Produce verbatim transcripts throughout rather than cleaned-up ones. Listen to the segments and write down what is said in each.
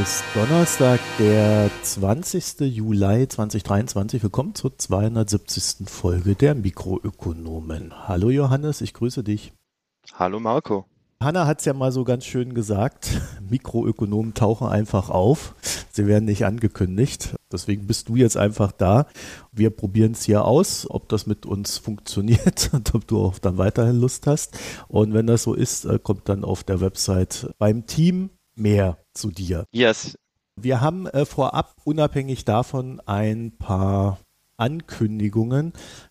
ist Donnerstag, der zwanzigster Juli zweitausenddreiundzwanzig. Willkommen zur zweihundertsiebzigsten Folge der Mikroökonomen. Hallo Johannes, ich grüße dich. Hallo Marco. Hanna hat es ja mal so ganz schön gesagt, Mikroökonomen tauchen einfach auf. Sie werden nicht angekündigt. Deswegen bist du jetzt einfach da. Wir probieren es hier aus, ob das mit uns funktioniert und ob du auch dann weiterhin Lust hast. Und wenn das so ist, kommt dann auf der Website beim Team mehr zu dir. Yes. Wir haben äh, vorab unabhängig davon ein paar Ankündigungen.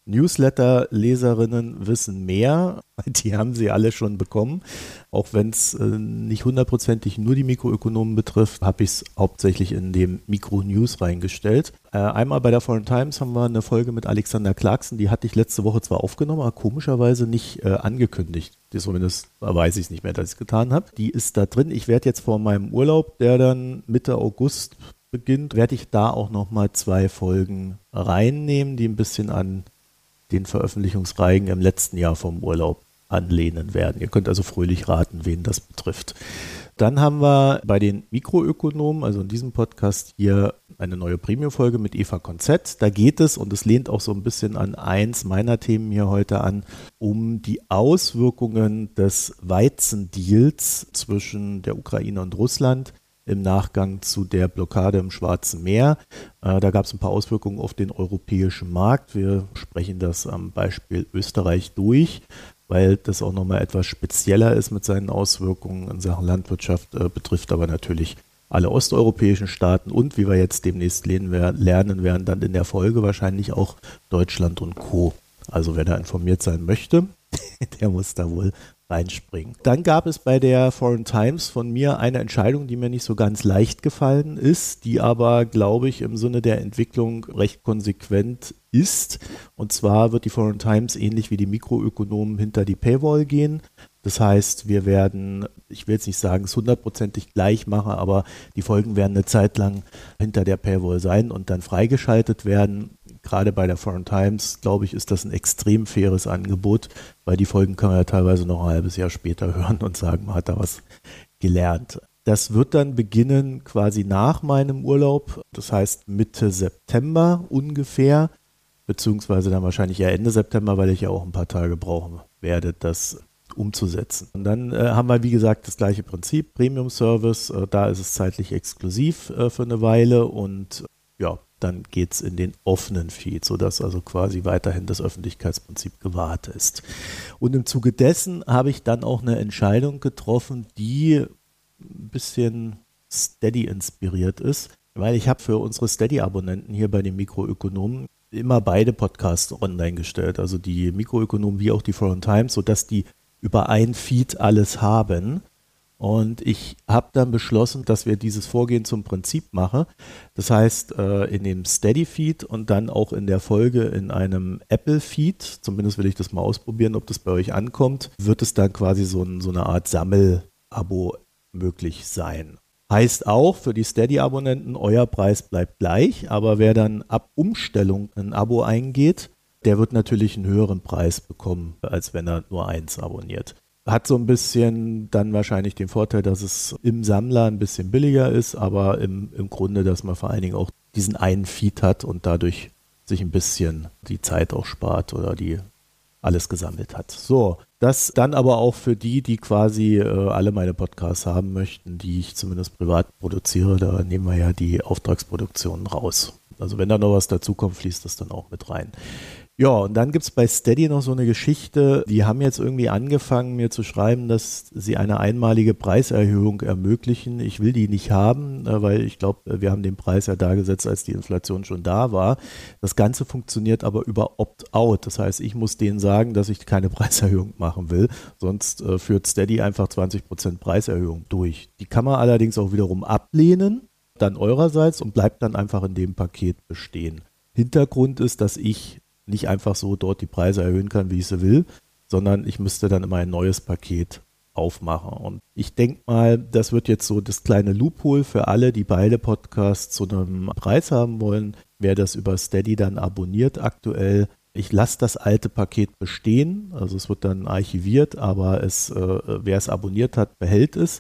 Newsletter-Leserinnen wissen mehr. Die haben sie alle schon bekommen. Auch wenn es äh, nicht hundertprozentig nur die Mikroökonomen betrifft, habe ich es hauptsächlich in dem Mikro-News reingestellt. Äh, einmal bei der Foreign Times haben wir eine Folge mit Alexander Clarkson. Die hatte ich letzte Woche zwar aufgenommen, aber komischerweise nicht äh, angekündigt. Die zumindest weiß ich es nicht mehr, dass ich es getan habe. Die ist da drin. Ich werde jetzt vor meinem Urlaub, der dann Mitte August beginnt, werde ich da auch nochmal zwei Folgen reinnehmen, die ein bisschen an den Veröffentlichungsreigen im letzten Jahr vom Urlaub anlehnen werden. Ihr könnt also fröhlich raten, wen das betrifft. Dann haben wir bei den Mikroökonomen, also in diesem Podcast hier, eine neue Premium-Folge mit Eva Konzett. Da geht es, und es lehnt auch so ein bisschen an eins meiner Themen hier heute an, um die Auswirkungen des Weizendeals zwischen der Ukraine und Russland im Nachgang zu der Blockade im Schwarzen Meer. Äh, da gab es ein paar Auswirkungen auf den europäischen Markt. Wir sprechen das am Beispiel Österreich durch, weil das auch nochmal etwas spezieller ist mit seinen Auswirkungen in Sachen Landwirtschaft, äh, betrifft aber natürlich alle osteuropäischen Staaten und, wie wir jetzt demnächst lernen werden, dann in der Folge wahrscheinlich auch Deutschland und Co. Also wer da informiert sein möchte, der muss da wohl reinspringen. Dann gab es bei der Foreign Times von mir eine Entscheidung, die mir nicht so ganz leicht gefallen ist, die aber, glaube ich, im Sinne der Entwicklung recht konsequent ist. Und zwar wird die Foreign Times ähnlich wie die Mikroökonomen hinter die Paywall gehen. Das heißt, wir werden, ich will jetzt nicht sagen, es hundertprozentig gleich machen, aber die Folgen werden eine Zeit lang hinter der Paywall sein und dann freigeschaltet werden. Gerade bei der Foreign Times, glaube ich, ist das ein extrem faires Angebot, weil die Folgen kann man ja teilweise noch ein halbes Jahr später hören und sagen, man hat da was gelernt. Das wird dann beginnen quasi nach meinem Urlaub, das heißt Mitte September ungefähr, beziehungsweise dann wahrscheinlich eher Ende September, weil ich ja auch ein paar Tage brauchen werde, das umzusetzen. Und dann äh, haben wir, wie gesagt, das gleiche Prinzip, Premium-Service, äh, da ist es zeitlich exklusiv äh, für eine Weile und äh, ja, dann geht es in den offenen Feed, sodass also quasi weiterhin das Öffentlichkeitsprinzip gewahrt ist. Und im Zuge dessen habe ich dann auch eine Entscheidung getroffen, die ein bisschen Steady inspiriert ist, weil ich habe für unsere Steady-Abonnenten hier bei den Mikroökonomen immer beide Podcasts online gestellt, also die Mikroökonomen wie auch die Foreign Times, sodass die über ein Feed alles haben. Und ich habe dann beschlossen, dass wir dieses Vorgehen zum Prinzip machen. Das heißt, in dem Steady-Feed und dann auch in der Folge in einem Apple-Feed, zumindest will ich das mal ausprobieren, ob das bei euch ankommt, wird es dann quasi so, ein, so eine Art Sammel-Abo möglich sein. Heißt auch für die Steady-Abonnenten, euer Preis bleibt gleich, aber wer dann ab Umstellung ein Abo eingeht, der wird natürlich einen höheren Preis bekommen, als wenn er nur eins abonniert. Hat so ein bisschen dann wahrscheinlich den Vorteil, dass es im Sammler ein bisschen billiger ist, aber im, im Grunde, dass man vor allen Dingen auch diesen einen Feed hat und dadurch sich ein bisschen die Zeit auch spart oder die alles gesammelt hat. So, das dann aber auch für die, die quasi äh, alle meine Podcasts haben möchten, die ich zumindest privat produziere, da nehmen wir ja die Auftragsproduktionen raus. Also wenn da noch was dazukommt, fließt das dann auch mit rein. Ja, und dann gibt es bei Steady noch so eine Geschichte, die haben jetzt irgendwie angefangen, mir zu schreiben, dass sie eine einmalige Preiserhöhung ermöglichen. Ich will die nicht haben, weil ich glaube, wir haben den Preis ja da gesetzt, als die Inflation schon da war. Das Ganze funktioniert aber über Opt-out. Das heißt, ich muss denen sagen, dass ich keine Preiserhöhung machen will, sonst äh, führt Steady einfach zwanzig Prozent Preiserhöhung durch. Die kann man allerdings auch wiederum ablehnen, dann eurerseits, und bleibt dann einfach in dem Paket bestehen. Hintergrund ist, dass ich nicht einfach so dort die Preise erhöhen kann, wie ich sie will, sondern ich müsste dann immer ein neues Paket aufmachen. Und ich denke mal, das wird jetzt so das kleine Loophole für alle, die beide Podcasts zu einem Preis haben wollen. Wer das über Steady dann abonniert aktuell, ich lasse das alte Paket bestehen, also es wird dann archiviert, aber es, äh, wer es abonniert hat, behält es.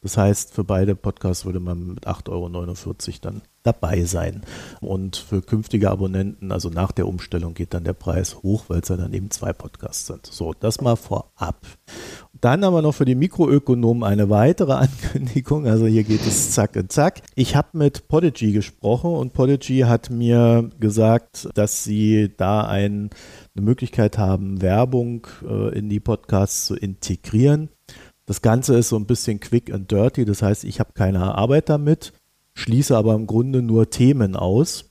Das heißt, für beide Podcasts würde man mit acht Euro neunundvierzig dann dabei sein. Und für künftige Abonnenten, also nach der Umstellung, geht dann der Preis hoch, weil es ja dann eben zwei Podcasts sind. So, das mal vorab. Dann haben wir noch für die Mikroökonomen eine weitere Ankündigung. Also hier geht es zack und zack. Ich habe mit Podigy gesprochen und Podigy hat mir gesagt, dass sie da ein, eine Möglichkeit haben, Werbung äh, in die Podcasts zu integrieren. Das Ganze ist so ein bisschen quick and dirty, das heißt, ich habe keine Arbeit damit, schließe aber im Grunde nur Themen aus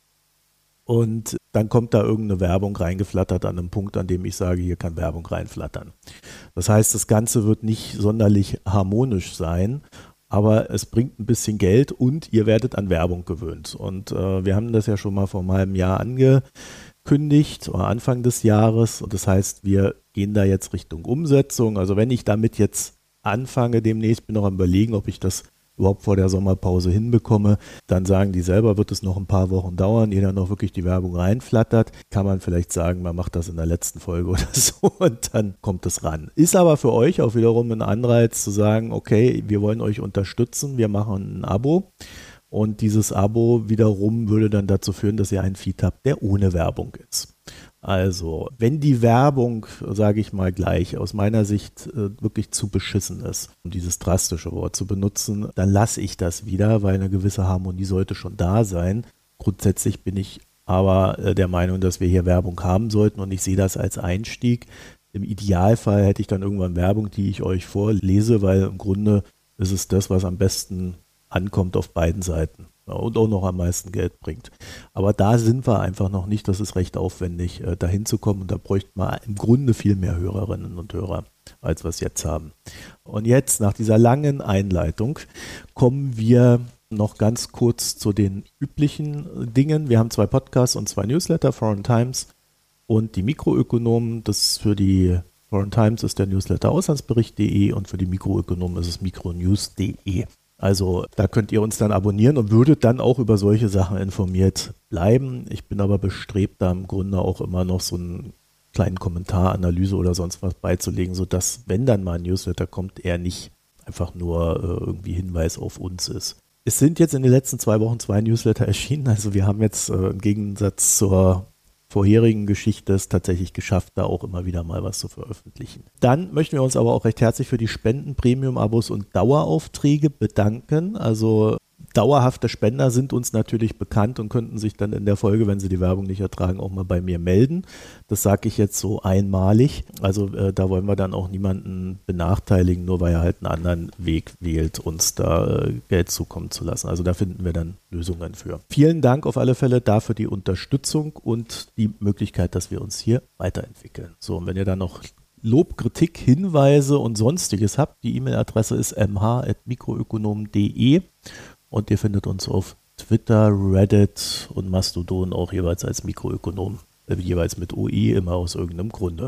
und dann kommt da irgendeine Werbung reingeflattert an einem Punkt, an dem ich sage, hier kann Werbung reinflattern. Das heißt, das Ganze wird nicht sonderlich harmonisch sein, aber es bringt ein bisschen Geld und ihr werdet an Werbung gewöhnt. Und äh, wir haben das ja schon mal vor einem halben Jahr angekündigt, oder Anfang des Jahres. Und das heißt, wir gehen da jetzt Richtung Umsetzung. Also wenn ich damit jetzt anfange demnächst, bin noch am Überlegen, ob ich das überhaupt vor der Sommerpause hinbekomme, dann sagen die selber, wird es noch ein paar Wochen dauern, ehe dann noch wirklich die Werbung reinflattert, kann man vielleicht sagen, man macht das in der letzten Folge oder so und dann kommt es ran. Ist aber für euch auch wiederum ein Anreiz zu sagen, okay, wir wollen euch unterstützen, wir machen ein Abo und dieses Abo wiederum würde dann dazu führen, dass ihr einen Feed habt, der ohne Werbung ist. Also, wenn die Werbung, sage ich mal gleich, aus meiner Sicht äh, wirklich zu beschissen ist, um dieses drastische Wort zu benutzen, dann lasse ich das wieder, weil eine gewisse Harmonie sollte schon da sein. Grundsätzlich bin ich aber äh, der Meinung, dass wir hier Werbung haben sollten und ich sehe das als Einstieg. Im Idealfall hätte ich dann irgendwann Werbung, die ich euch vorlese, weil im Grunde ist es das, was am besten ankommt auf beiden Seiten. Und auch noch am meisten Geld bringt. Aber da sind wir einfach noch nicht, das ist recht aufwendig, äh, dahin zu kommen und da bräuchte man im Grunde viel mehr Hörerinnen und Hörer, als wir es jetzt haben. Und jetzt, nach dieser langen Einleitung, kommen wir noch ganz kurz zu den üblichen Dingen. Wir haben zwei Podcasts und zwei Newsletter, Foreign Times und die Mikroökonomen. Das für die Foreign Times ist der Newsletter auslandsbericht punkt de und für die Mikroökonomen ist es mikronews punkt de. Also da könnt ihr uns dann abonnieren und würdet dann auch über solche Sachen informiert bleiben. Ich bin aber bestrebt, da im Grunde auch immer noch so einen kleinen Kommentar, Analyse oder sonst was beizulegen, sodass, wenn dann mal ein Newsletter kommt, er nicht einfach nur äh, irgendwie Hinweis auf uns ist. Es sind jetzt in den letzten zwei Wochen zwei Newsletter erschienen, also wir haben jetzt äh, im Gegensatz zur vorherigen Geschichte es tatsächlich geschafft, da auch immer wieder mal was zu veröffentlichen. Dann möchten wir uns aber auch recht herzlich für die Spenden, Premium-Abos und Daueraufträge bedanken. Also dauerhafte Spender sind uns natürlich bekannt und könnten sich dann in der Folge, wenn sie die Werbung nicht ertragen, auch mal bei mir melden. Das sage ich jetzt so einmalig. Also äh, da wollen wir dann auch niemanden benachteiligen, nur weil er halt einen anderen Weg wählt, uns da äh, Geld zukommen zu lassen. Also da finden wir dann Lösungen für. Vielen Dank auf alle Fälle dafür die Unterstützung und die Möglichkeit, dass wir uns hier weiterentwickeln. So, und wenn ihr dann noch Lob, Kritik, Hinweise und Sonstiges habt, die E-Mail-Adresse ist m h at mikroökonomen punkt de. Und ihr findet uns auf Twitter, Reddit und Mastodon auch jeweils als Mikroökonom, äh, jeweils mit O I, immer aus irgendeinem Grunde.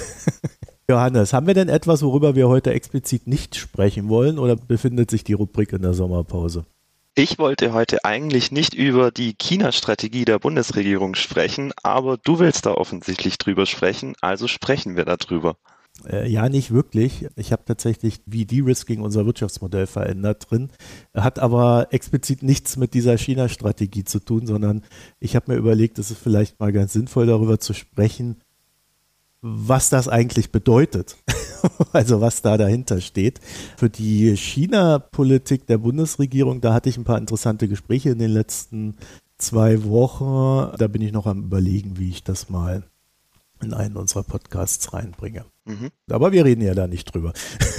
Johannes, haben wir denn etwas, worüber wir heute explizit nicht sprechen wollen oder befindet sich die Rubrik in der Sommerpause? Ich wollte heute eigentlich nicht über die China-Strategie der Bundesregierung sprechen, aber du willst da offensichtlich drüber sprechen, also sprechen wir darüber. Äh, ja, nicht wirklich. Ich habe tatsächlich, wie De-Risking unser Wirtschaftsmodell verändert drin, hat aber explizit nichts mit dieser China-Strategie zu tun, sondern ich habe mir überlegt, es ist vielleicht mal ganz sinnvoll, darüber zu sprechen, was das eigentlich bedeutet, also was da dahinter steht. Für die China-Politik der Bundesregierung, da hatte ich ein paar interessante Gespräche in den letzten zwei Wochen. Da bin ich noch am Überlegen, wie ich das mal in einen unserer Podcasts reinbringe. Mhm. Aber wir reden ja da nicht drüber.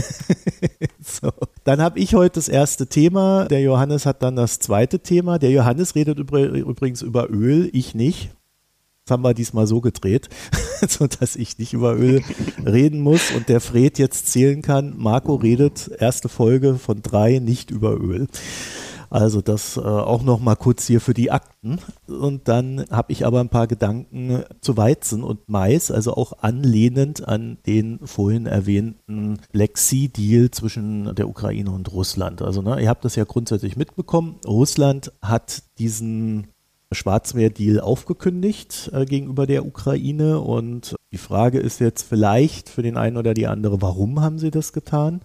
So. Dann habe ich heute das erste Thema, der Johannes hat dann das zweite Thema. Der Johannes redet übrigens über Öl, ich nicht. Das haben wir diesmal so gedreht, sodass ich nicht über Öl reden muss und der Fred jetzt zählen kann. Marco redet, erste Folge von drei, nicht über Öl. Also das äh, auch noch mal kurz hier für die Akten. Und dann habe ich aber ein paar Gedanken zu Weizen und Mais, also auch anlehnend an den vorhin erwähnten Black Sea Deal zwischen der Ukraine und Russland. Also ne, ihr habt das ja grundsätzlich mitbekommen. Russland hat diesen Schwarzmeer-Deal aufgekündigt äh, gegenüber der Ukraine und die Frage ist jetzt vielleicht für den einen oder die andere, warum haben sie das getan?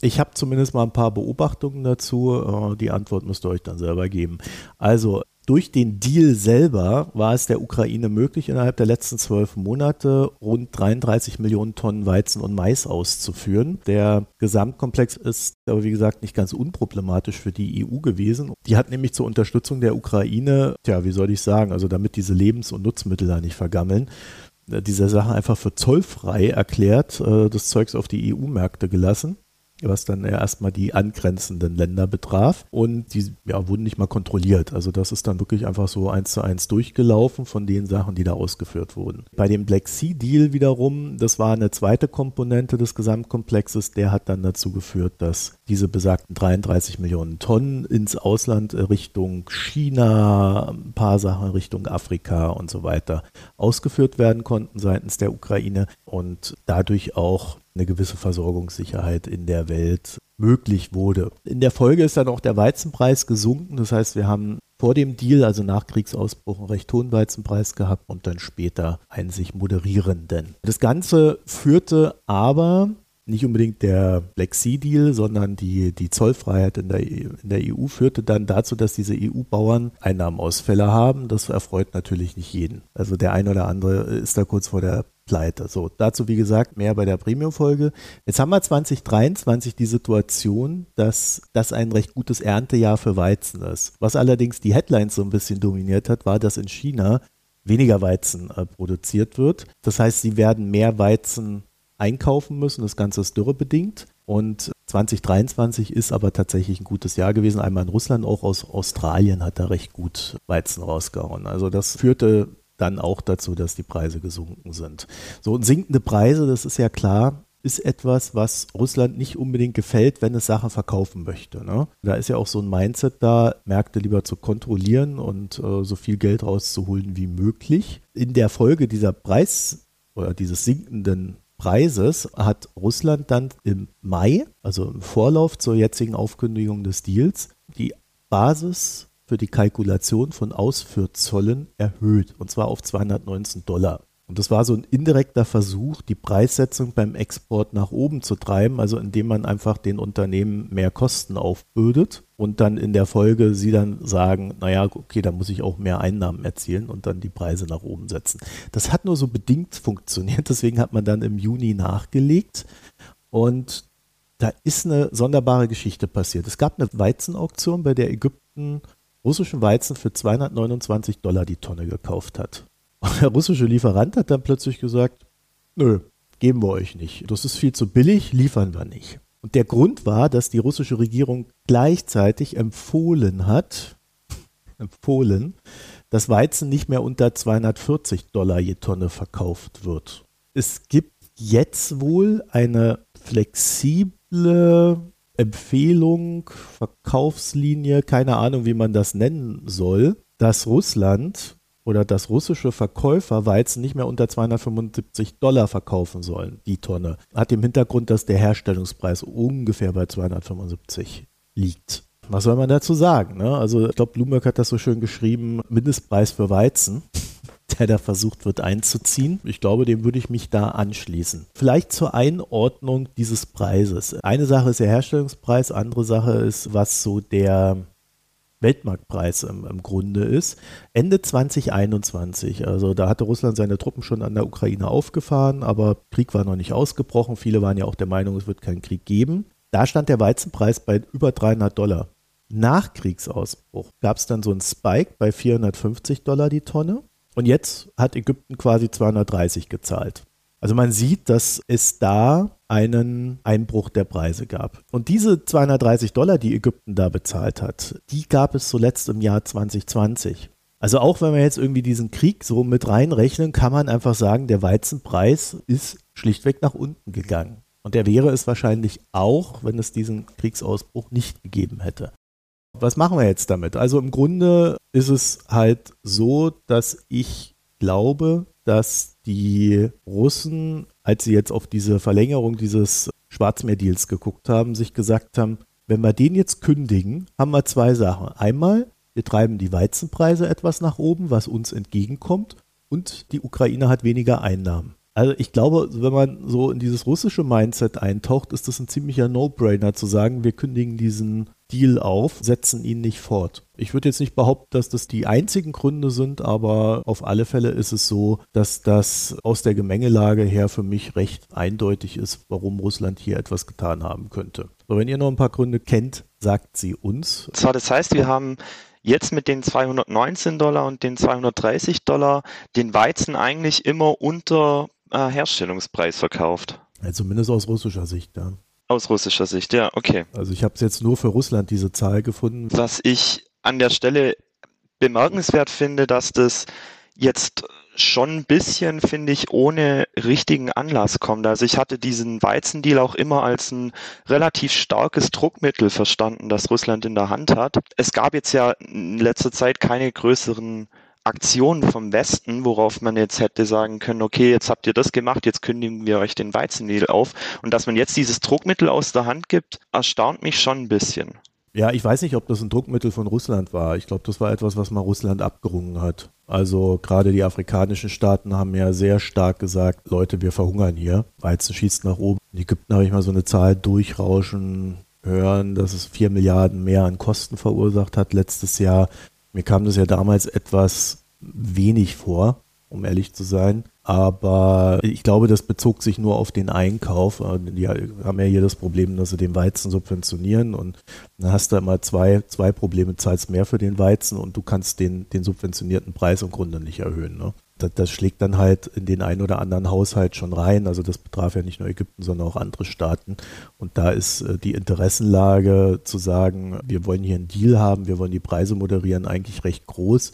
Ich habe zumindest mal ein paar Beobachtungen dazu. Die Antwort müsst ihr euch dann selber geben. Also durch den Deal selber war es der Ukraine möglich, innerhalb der letzten zwölf Monate rund dreiunddreißig Millionen Tonnen Weizen und Mais auszuführen. Der Gesamtkomplex ist aber, wie gesagt, nicht ganz unproblematisch für die E U gewesen. Die hat nämlich zur Unterstützung der Ukraine, tja, wie soll ich sagen, also damit diese Lebens- und Nutzmittel da nicht vergammeln, diese Sache einfach für zollfrei erklärt, das Zeugs auf die E U-Märkte gelassen, was dann erstmal die angrenzenden Länder betraf, und die ja, wurden nicht mal kontrolliert. Also das ist dann wirklich einfach so eins zu eins durchgelaufen von den Sachen, die da ausgeführt wurden. Bei dem Black Sea Deal wiederum, das war eine zweite Komponente des Gesamtkomplexes, der hat dann dazu geführt, dass diese besagten dreiunddreißig Millionen Tonnen ins Ausland Richtung China, ein paar Sachen Richtung Afrika und so weiter ausgeführt werden konnten seitens der Ukraine und dadurch auch eine gewisse Versorgungssicherheit in der Welt möglich wurde. In der Folge ist dann auch der Weizenpreis gesunken. Das heißt, wir haben vor dem Deal, also nach Kriegsausbruch, einen recht hohen Weizenpreis gehabt und dann später einen sich moderierenden. Das Ganze führte aber nicht unbedingt der Black Sea Deal, sondern die, die Zollfreiheit in der, in der E U führte dann dazu, dass diese E U-Bauern Einnahmenausfälle haben. Das erfreut natürlich nicht jeden. Also der ein oder andere ist da kurz vor der Pleite. So, dazu wie gesagt mehr bei der Premium-Folge. Jetzt haben wir zwanzig dreiundzwanzig die Situation, dass das ein recht gutes Erntejahr für Weizen ist. Was allerdings die Headlines so ein bisschen dominiert hat, war, dass in China weniger Weizen äh, produziert wird. Das heißt, sie werden mehr Weizen einkaufen müssen. Das Ganze ist dürrebedingt. Und zwanzig dreiundzwanzig ist aber tatsächlich ein gutes Jahr gewesen. Einmal in Russland, auch aus Australien hat da recht gut Weizen rausgehauen. Also das führte dann auch dazu, dass die Preise gesunken sind. So, und sinkende Preise, das ist ja klar, ist etwas, was Russland nicht unbedingt gefällt, wenn es Sachen verkaufen möchte. Ne? Da ist ja auch so ein Mindset da, Märkte lieber zu kontrollieren und äh, so viel Geld rauszuholen wie möglich. In der Folge dieser Preis oder dieses sinkenden Preises hat Russland dann im Mai, also im Vorlauf zur jetzigen Aufkündigung des Deals, die Basis für die Kalkulation von Ausfuhrzöllen erhöht, und zwar auf zweihundertneunzehn Dollar. Und das war so ein indirekter Versuch, die Preissetzung beim Export nach oben zu treiben, also indem man einfach den Unternehmen mehr Kosten aufbürdet und dann in der Folge sie dann sagen, naja, okay, da muss ich auch mehr Einnahmen erzielen und dann die Preise nach oben setzen. Das hat nur so bedingt funktioniert, deswegen hat man dann im Juni nachgelegt und da ist eine sonderbare Geschichte passiert. Es gab eine Weizenauktion, bei der Ägypten russischen Weizen für zweihundertneunundzwanzig Dollar die Tonne gekauft hat. Und der russische Lieferant hat dann plötzlich gesagt, nö, geben wir euch nicht. Das ist viel zu billig, liefern wir nicht. Und der Grund war, dass die russische Regierung gleichzeitig empfohlen hat, empfohlen, dass Weizen nicht mehr unter zweihundertvierzig Dollar je Tonne verkauft wird. Es gibt jetzt wohl eine flexible Empfehlung, Verkaufslinie, keine Ahnung, wie man das nennen soll, dass Russland oder dass russische Verkäufer Weizen nicht mehr unter zweihundertfünfundsiebzig Dollar verkaufen sollen, die Tonne. Hat den Hintergrund, dass der Herstellungspreis ungefähr bei zweihundertfünfundsiebzig liegt. Was soll man dazu sagen? Ne? Also ich glaube, Bloomberg hat das so schön geschrieben, Mindestpreis für Weizen, der da versucht wird einzuziehen. Ich glaube, dem würde ich mich da anschließen. Vielleicht zur Einordnung dieses Preises. Eine Sache ist der Herstellungspreis, andere Sache ist, was so der Weltmarktpreis im, im Grunde ist. Ende zwanzig einundzwanzig, also da hatte Russland seine Truppen schon an der Ukraine aufgefahren, aber Krieg war noch nicht ausgebrochen. Viele waren ja auch der Meinung, es wird keinen Krieg geben. Da stand der Weizenpreis bei über dreihundert Dollar. Nach Kriegsausbruch gab es dann so einen Spike bei vierhundertfünfzig Dollar die Tonne. Und jetzt hat Ägypten quasi zweihundertdreißig gezahlt. Also man sieht, dass es da einen Einbruch der Preise gab. Und diese zweihundertdreißig Dollar, die Ägypten da bezahlt hat, die gab es zuletzt im Jahr zwanzig zwanzig. Also auch wenn wir jetzt irgendwie diesen Krieg so mit reinrechnen, kann man einfach sagen, der Weizenpreis ist schlichtweg nach unten gegangen. Und der wäre es wahrscheinlich auch, wenn es diesen Kriegsausbruch nicht gegeben hätte. Was machen wir jetzt damit? Also im Grunde ist es halt so, dass ich glaube, dass die Russen, als sie jetzt auf diese Verlängerung dieses Schwarzmeerdeals geguckt haben, sich gesagt haben, wenn wir den jetzt kündigen, haben wir zwei Sachen. Einmal, wir treiben die Weizenpreise etwas nach oben, was uns entgegenkommt, und die Ukraine hat weniger Einnahmen. Also ich glaube, wenn man so in dieses russische Mindset eintaucht, ist das ein ziemlicher No-Brainer zu sagen, wir kündigen diesen Deal auf, setzen ihn nicht fort. Ich würde jetzt nicht behaupten, dass das die einzigen Gründe sind, aber auf alle Fälle ist es so, dass das aus der Gemengelage her für mich recht eindeutig ist, warum Russland hier etwas getan haben könnte. So, wenn ihr noch ein paar Gründe kennt, sagt sie uns. Zwar, das heißt, wir haben jetzt mit den zweihundertneunzehn Dollar und den zweihundertdreißig Dollar den Weizen eigentlich immer unter äh, Herstellungspreis verkauft. Ja, zumindest aus russischer Sicht, ja. Aus russischer Sicht, ja, okay. Also ich habe es jetzt nur für Russland diese Zahl gefunden. Was ich an der Stelle bemerkenswert finde, dass das jetzt schon ein bisschen, finde ich, ohne richtigen Anlass kommt. Also ich hatte diesen Weizendeal auch immer als ein relativ starkes Druckmittel verstanden, das Russland in der Hand hat. Es gab jetzt ja in letzter Zeit keine größeren Aktionen vom Westen, worauf man jetzt hätte sagen können, okay, jetzt habt ihr das gemacht, jetzt kündigen wir euch den Weizendeal auf. Und dass man jetzt dieses Druckmittel aus der Hand gibt, erstaunt mich schon ein bisschen. Ja, ich weiß nicht, ob das ein Druckmittel von Russland war. Ich glaube, das war etwas, was mal Russland abgerungen hat. Also gerade die afrikanischen Staaten haben ja sehr stark gesagt, Leute, wir verhungern hier. Weizen schießt nach oben. In Ägypten habe ich mal so eine Zahl durchrauschen hören, dass es vier Milliarden mehr an Kosten verursacht hat letztes Jahr. Mir kam das ja damals etwas wenig vor, um ehrlich zu sein. Aber ich glaube, das bezog sich nur auf den Einkauf. Die haben ja hier das Problem, dass sie den Weizen subventionieren und dann hast du immer zwei, zwei Probleme, zahlst mehr für den Weizen und du kannst den, den subventionierten Preis im Grunde nicht erhöhen. Ne? Das, das schlägt dann halt in den einen oder anderen Haushalt schon rein. Also das betraf ja nicht nur Ägypten, sondern auch andere Staaten. Und da ist die Interessenlage zu sagen, wir wollen hier einen Deal haben, wir wollen die Preise moderieren, eigentlich recht groß.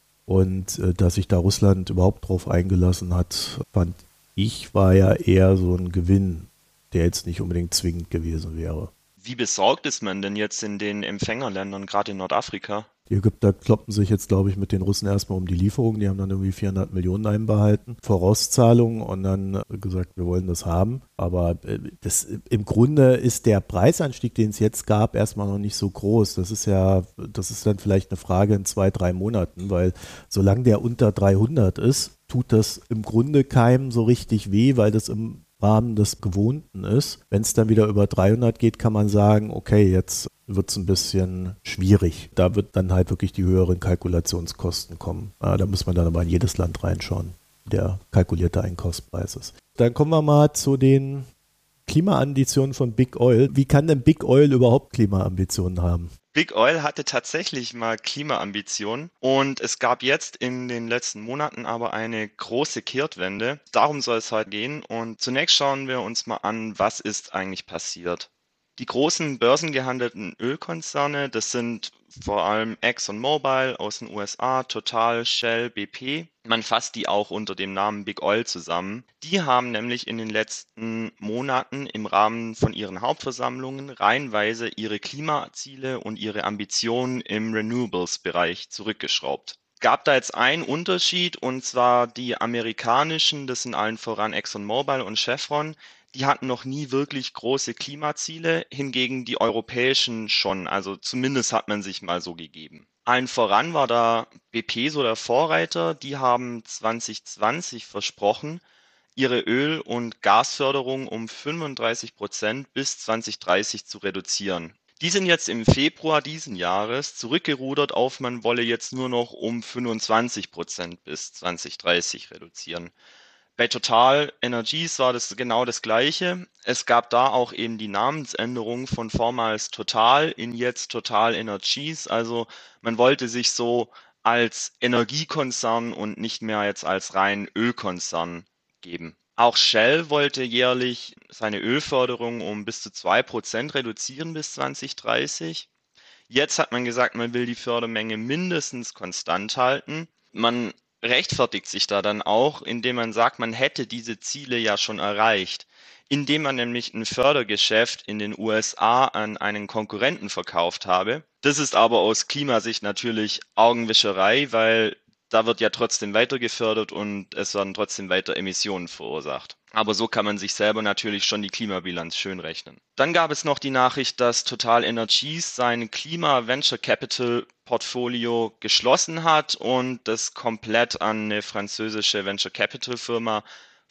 Und äh, dass sich da Russland überhaupt drauf eingelassen hat, fand ich, war ja eher so ein Gewinn, der jetzt nicht unbedingt zwingend gewesen wäre. Wie besorgt ist man denn jetzt in den Empfängerländern, gerade in Nordafrika? Die Ägypter kloppen sich jetzt, glaube ich, mit den Russen erstmal um die Lieferung. Die haben dann irgendwie vierhundert Millionen einbehalten, Vorauszahlungen und dann gesagt, wir wollen das haben. Aber das, im Grunde ist der Preisanstieg, den es jetzt gab, erstmal noch nicht so groß. Das ist ja, das ist dann vielleicht eine Frage in zwei, drei Monaten, weil solange der unter dreihundert ist, tut das im Grunde keinem so richtig weh, weil das im Rahmen des Gewohnten ist. Wenn es dann wieder über dreihundert geht, kann man sagen, okay, jetzt wird es ein bisschen schwierig. Da wird dann halt wirklich die höheren Kalkulationskosten kommen. Ja, da muss man dann aber in jedes Land reinschauen, der kalkulierte Einkaufspreis ist. Dann kommen wir mal zu den Klimaambitionen von Big Oil. Wie kann denn Big Oil überhaupt Klimaambitionen haben? Big Oil hatte tatsächlich mal Klimaambitionen und es gab jetzt in den letzten Monaten aber eine große Kehrtwende. Darum soll es heute gehen und zunächst schauen wir uns mal an, was ist eigentlich passiert. Die großen börsengehandelten Ölkonzerne, das sind vor allem ExxonMobil aus den U S A, Total, Shell, B P. Man fasst die auch unter dem Namen Big Oil zusammen. Die haben nämlich in den letzten Monaten im Rahmen von ihren Hauptversammlungen reihenweise ihre Klimaziele und ihre Ambitionen im Renewables-Bereich zurückgeschraubt. Gab da jetzt einen Unterschied und zwar die amerikanischen, das sind allen voran ExxonMobil und Chevron, die hatten noch nie wirklich große Klimaziele, hingegen die europäischen schon, also zumindest hat man sich mal so gegeben. Allen voran war da B P so der Vorreiter, die haben zwanzig zwanzig versprochen, ihre Öl- und Gasförderung um fünfunddreißig Prozent bis zwanzig dreißig zu reduzieren. Die sind jetzt im Februar diesen Jahres zurückgerudert auf, man wolle jetzt nur noch um fünfundzwanzig Prozent bis zwanzig dreißig reduzieren. Bei Total Energies war das genau das Gleiche. Es gab da auch eben die Namensänderung von vormals Total in jetzt Total Energies. Also man wollte sich so als Energiekonzern und nicht mehr jetzt als rein Ölkonzern geben. Auch Shell wollte jährlich seine Ölförderung um bis zu zwei Prozent reduzieren bis zwanzig dreißig. Jetzt hat man gesagt, man will die Fördermenge mindestens konstant halten. Man rechtfertigt sich da dann auch, indem man sagt, man hätte diese Ziele ja schon erreicht, indem man nämlich ein Fördergeschäft in den U S A an einen Konkurrenten verkauft habe. Das ist aber aus Klimasicht natürlich Augenwischerei, weil da wird ja trotzdem weiter gefördert und es werden trotzdem weiter Emissionen verursacht. Aber so kann man sich selber natürlich schon die Klimabilanz schön rechnen. Dann gab es noch die Nachricht, dass Total Energies sein Klima Venture Capital Portfolio geschlossen hat und das komplett an eine französische Venture Capital Firma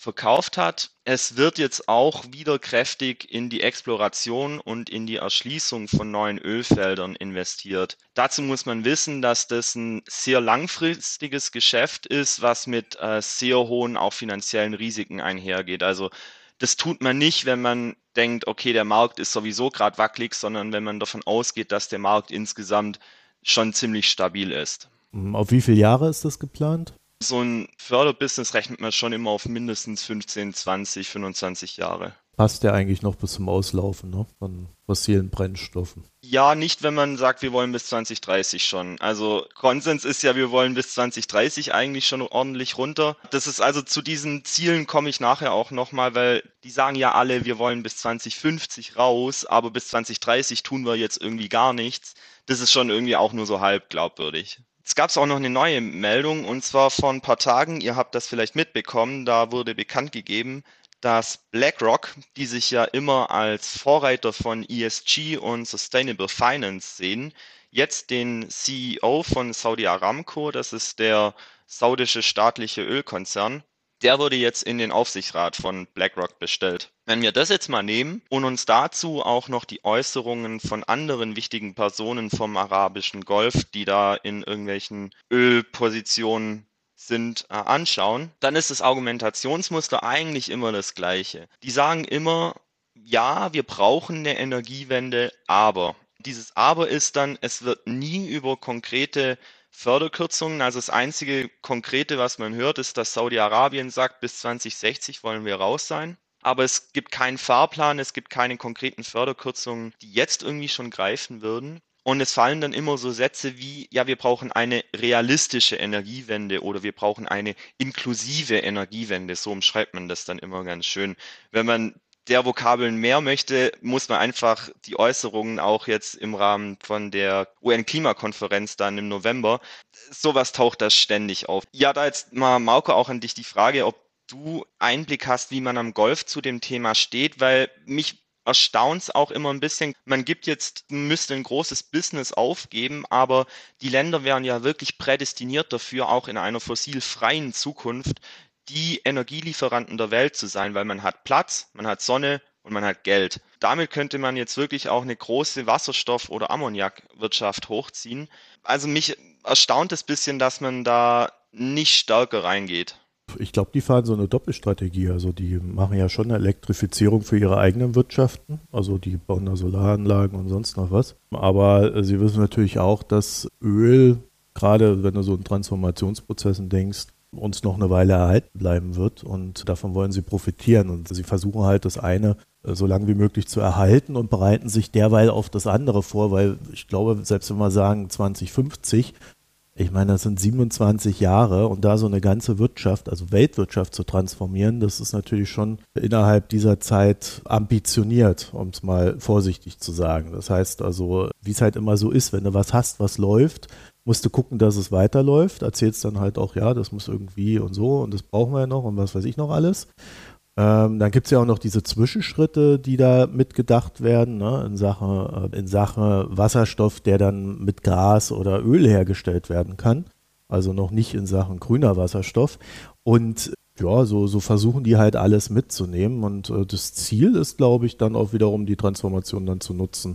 verkauft hat. Es wird jetzt auch wieder kräftig in die Exploration und in die Erschließung von neuen Ölfeldern investiert. Dazu muss man wissen, dass das ein sehr langfristiges Geschäft ist, was mit äh, sehr hohen auch finanziellen Risiken einhergeht. Also das tut man nicht, wenn man denkt, okay, der Markt ist sowieso gerade wackelig, sondern wenn man davon ausgeht, dass der Markt insgesamt schon ziemlich stabil ist. Hm, Auf wie viele Jahre ist das geplant? So ein Förderbusiness rechnet man schon immer auf mindestens fünfzehn, zwanzig, fünfundzwanzig Jahre. Passt ja eigentlich noch bis zum Auslaufen, ne? Von fossilen Brennstoffen. Ja, nicht, wenn man sagt, wir wollen bis zwanzig dreißig schon. Also Konsens ist ja, wir wollen bis zwanzig dreißig eigentlich schon ordentlich runter. Das ist also zu diesen Zielen komme ich nachher auch nochmal, weil die sagen ja alle, wir wollen bis zwanzig fünfzig raus, aber bis zwanzig dreißig tun wir jetzt irgendwie gar nichts. Das ist schon irgendwie auch nur so halb glaubwürdig. Jetzt gab es auch noch eine neue Meldung und zwar vor ein paar Tagen, ihr habt das vielleicht mitbekommen, da wurde bekannt gegeben, dass BlackRock, die sich ja immer als Vorreiter von E S G und Sustainable Finance sehen, jetzt den C E O von Saudi Aramco, das ist der saudische staatliche Ölkonzern, der wurde jetzt in den Aufsichtsrat von BlackRock bestellt. Wenn wir das jetzt mal nehmen und uns dazu auch noch die Äußerungen von anderen wichtigen Personen vom arabischen Golf, die da in irgendwelchen Ölpositionen sind, äh, anschauen, dann ist das Argumentationsmuster eigentlich immer das gleiche. Die sagen immer, ja, wir brauchen eine Energiewende, aber. Dieses Aber ist dann, es wird nie über konkrete Förderkürzungen, also das einzige Konkrete, was man hört, ist, dass Saudi-Arabien sagt, bis zwanzig sechzig wollen wir raus sein. Aber es gibt keinen Fahrplan, es gibt keine konkreten Förderkürzungen, die jetzt irgendwie schon greifen würden. Und es fallen dann immer so Sätze wie, ja, wir brauchen eine realistische Energiewende oder wir brauchen eine inklusive Energiewende. So umschreibt man das dann immer ganz schön. Wenn man der Vokabeln mehr möchte, muss man einfach die Äußerungen auch jetzt im Rahmen von der U N-Klimakonferenz dann im November, sowas taucht da ständig auf. Ja, da jetzt mal, Mauke, auch an dich die Frage, ob du Einblick hast, wie man am Golf zu dem Thema steht, weil mich erstaunt es auch immer ein bisschen. Man gibt jetzt, müsste ein großes Business aufgeben, aber die Länder wären ja wirklich prädestiniert dafür, auch in einer fossilfreien Zukunft die Energielieferanten der Welt zu sein, weil man hat Platz, man hat Sonne und man hat Geld. Damit könnte man jetzt wirklich auch eine große Wasserstoff- oder Ammoniakwirtschaft hochziehen. Also mich erstaunt es ein bisschen, dass man da nicht stärker reingeht. Ich glaube, die fahren so eine Doppelstrategie. Also die machen ja schon eine Elektrifizierung für ihre eigenen Wirtschaften. Also die bauen da Solaranlagen und sonst noch was. Aber äh, sie wissen natürlich auch, dass Öl, gerade wenn du so in Transformationsprozessen denkst, uns noch eine Weile erhalten bleiben wird. Und davon wollen sie profitieren. Und sie versuchen halt das eine äh, so lange wie möglich zu erhalten und bereiten sich derweil auf das andere vor. Weil ich glaube, selbst wenn wir sagen zwanzig fünfzig, ich meine, das sind siebenundzwanzig Jahre und da so eine ganze Wirtschaft, also Weltwirtschaft zu transformieren, das ist natürlich schon innerhalb dieser Zeit ambitioniert, um es mal vorsichtig zu sagen. Das heißt also, wie es halt immer so ist, wenn du was hast, was läuft, musst du gucken, dass es weiterläuft, erzählst dann halt auch, ja, das muss irgendwie und so und das brauchen wir ja noch und was weiß ich noch alles. Ähm, dann gibt es ja auch noch diese Zwischenschritte, die da mitgedacht werden, ne, in Sache, äh, in Sache Wasserstoff, der dann mit Gas oder Öl hergestellt werden kann. Also noch nicht in Sachen grüner Wasserstoff. Und ja, so, so versuchen die halt alles mitzunehmen. Und äh, das Ziel ist, glaube ich, dann auch wiederum die Transformation dann zu nutzen,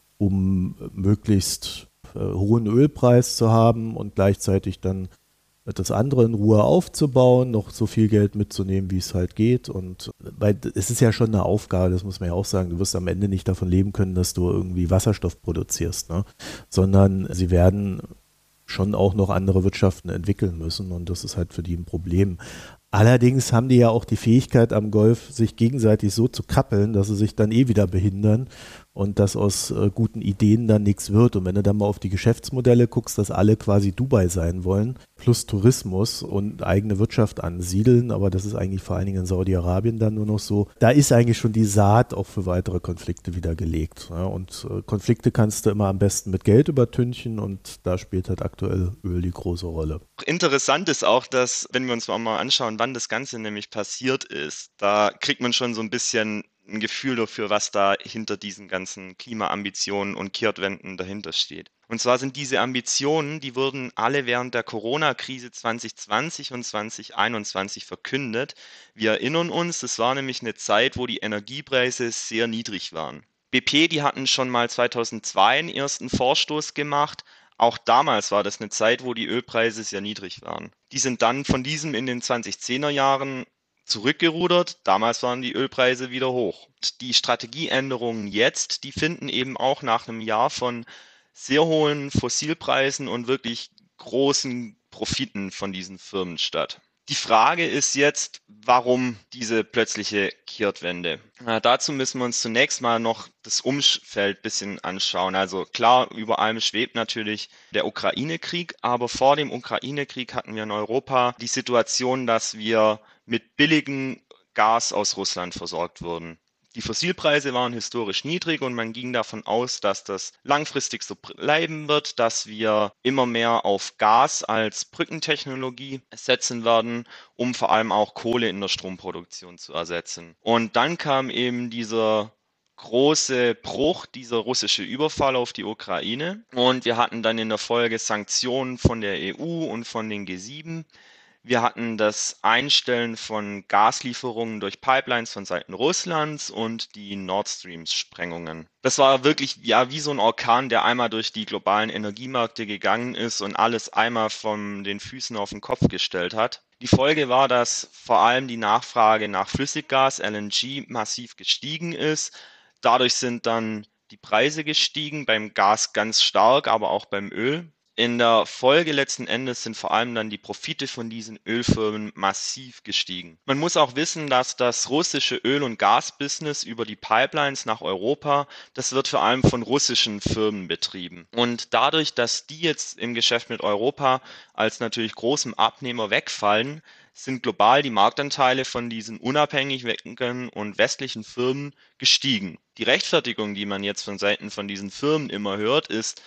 um möglichst äh, hohen Ölpreis zu haben und gleichzeitig dann das andere in Ruhe aufzubauen, noch so viel Geld mitzunehmen, wie es halt geht. Und weil es ist ja schon eine Aufgabe, das muss man ja auch sagen, du wirst am Ende nicht davon leben können, dass du irgendwie Wasserstoff produzierst, ne? Sondern sie werden schon auch noch andere Wirtschaften entwickeln müssen und das ist halt für die ein Problem. Allerdings haben die ja auch die Fähigkeit am Golf, sich gegenseitig so zu kappeln, dass sie sich dann eh wieder behindern und dass aus äh, guten Ideen dann nichts wird. Und wenn du dann mal auf die Geschäftsmodelle guckst, dass alle quasi Dubai sein wollen, plus Tourismus und eigene Wirtschaft ansiedeln, aber das ist eigentlich vor allen Dingen in Saudi-Arabien dann nur noch so, da ist eigentlich schon die Saat auch für weitere Konflikte wieder gelegt. Ja, und äh, Konflikte kannst du immer am besten mit Geld übertünchen und da spielt halt aktuell Öl die große Rolle. Interessant ist auch, dass, wenn wir uns mal anschauen, wann das Ganze nämlich passiert ist, da kriegt man schon so ein bisschen ein Gefühl dafür, was da hinter diesen ganzen Klimaambitionen und Kehrtwenden dahinter steht. Und zwar sind diese Ambitionen, die wurden alle während der Corona-Krise zwanzig zwanzig und zwanzig einundzwanzig verkündet. Wir erinnern uns, das war nämlich eine Zeit, wo die Energiepreise sehr niedrig waren. B P, die hatten schon mal zweitausendzwei einen ersten Vorstoß gemacht. Auch damals war das eine Zeit, wo die Ölpreise sehr niedrig waren. Die sind dann von diesem in den zwanzig zehner Jahren zurückgerudert. Damals waren die Ölpreise wieder hoch. Die Strategieänderungen jetzt, die finden eben auch nach einem Jahr von sehr hohen Fossilpreisen und wirklich großen Profiten von diesen Firmen statt. Die Frage ist jetzt, warum diese plötzliche Kehrtwende? Na, dazu müssen wir uns zunächst mal noch das Umfeld ein bisschen anschauen. Also klar, über allem schwebt natürlich der Ukraine-Krieg, aber vor dem Ukraine-Krieg hatten wir in Europa die Situation, dass wir mit billigem Gas aus Russland versorgt wurden. Die Fossilpreise waren historisch niedrig und man ging davon aus, dass das langfristig so bleiben wird, dass wir immer mehr auf Gas als Brückentechnologie setzen werden, um vor allem auch Kohle in der Stromproduktion zu ersetzen. Und dann kam eben dieser große Bruch, dieser russische Überfall auf die Ukraine und wir hatten dann in der Folge Sanktionen von der E U und von den G sieben. Wir hatten das Einstellen von Gaslieferungen durch Pipelines von Seiten Russlands und die Nord Stream-Sprengungen. Das war wirklich ja wie so ein Orkan, der einmal durch die globalen Energiemärkte gegangen ist und alles einmal von den Füßen auf den Kopf gestellt hat. Die Folge war, dass vor allem die Nachfrage nach Flüssiggas, L N G, massiv gestiegen ist. Dadurch sind dann die Preise gestiegen, beim Gas ganz stark, aber auch beim Öl. In der Folge letzten Endes sind vor allem dann die Profite von diesen Ölfirmen massiv gestiegen. Man muss auch wissen, dass das russische Öl- und Gasbusiness über die Pipelines nach Europa, das wird vor allem von russischen Firmen betrieben. Und dadurch, dass die jetzt im Geschäft mit Europa als natürlich großem Abnehmer wegfallen, sind global die Marktanteile von diesen unabhängigen und westlichen Firmen gestiegen. Die Rechtfertigung, die man jetzt von Seiten von diesen Firmen immer hört, ist,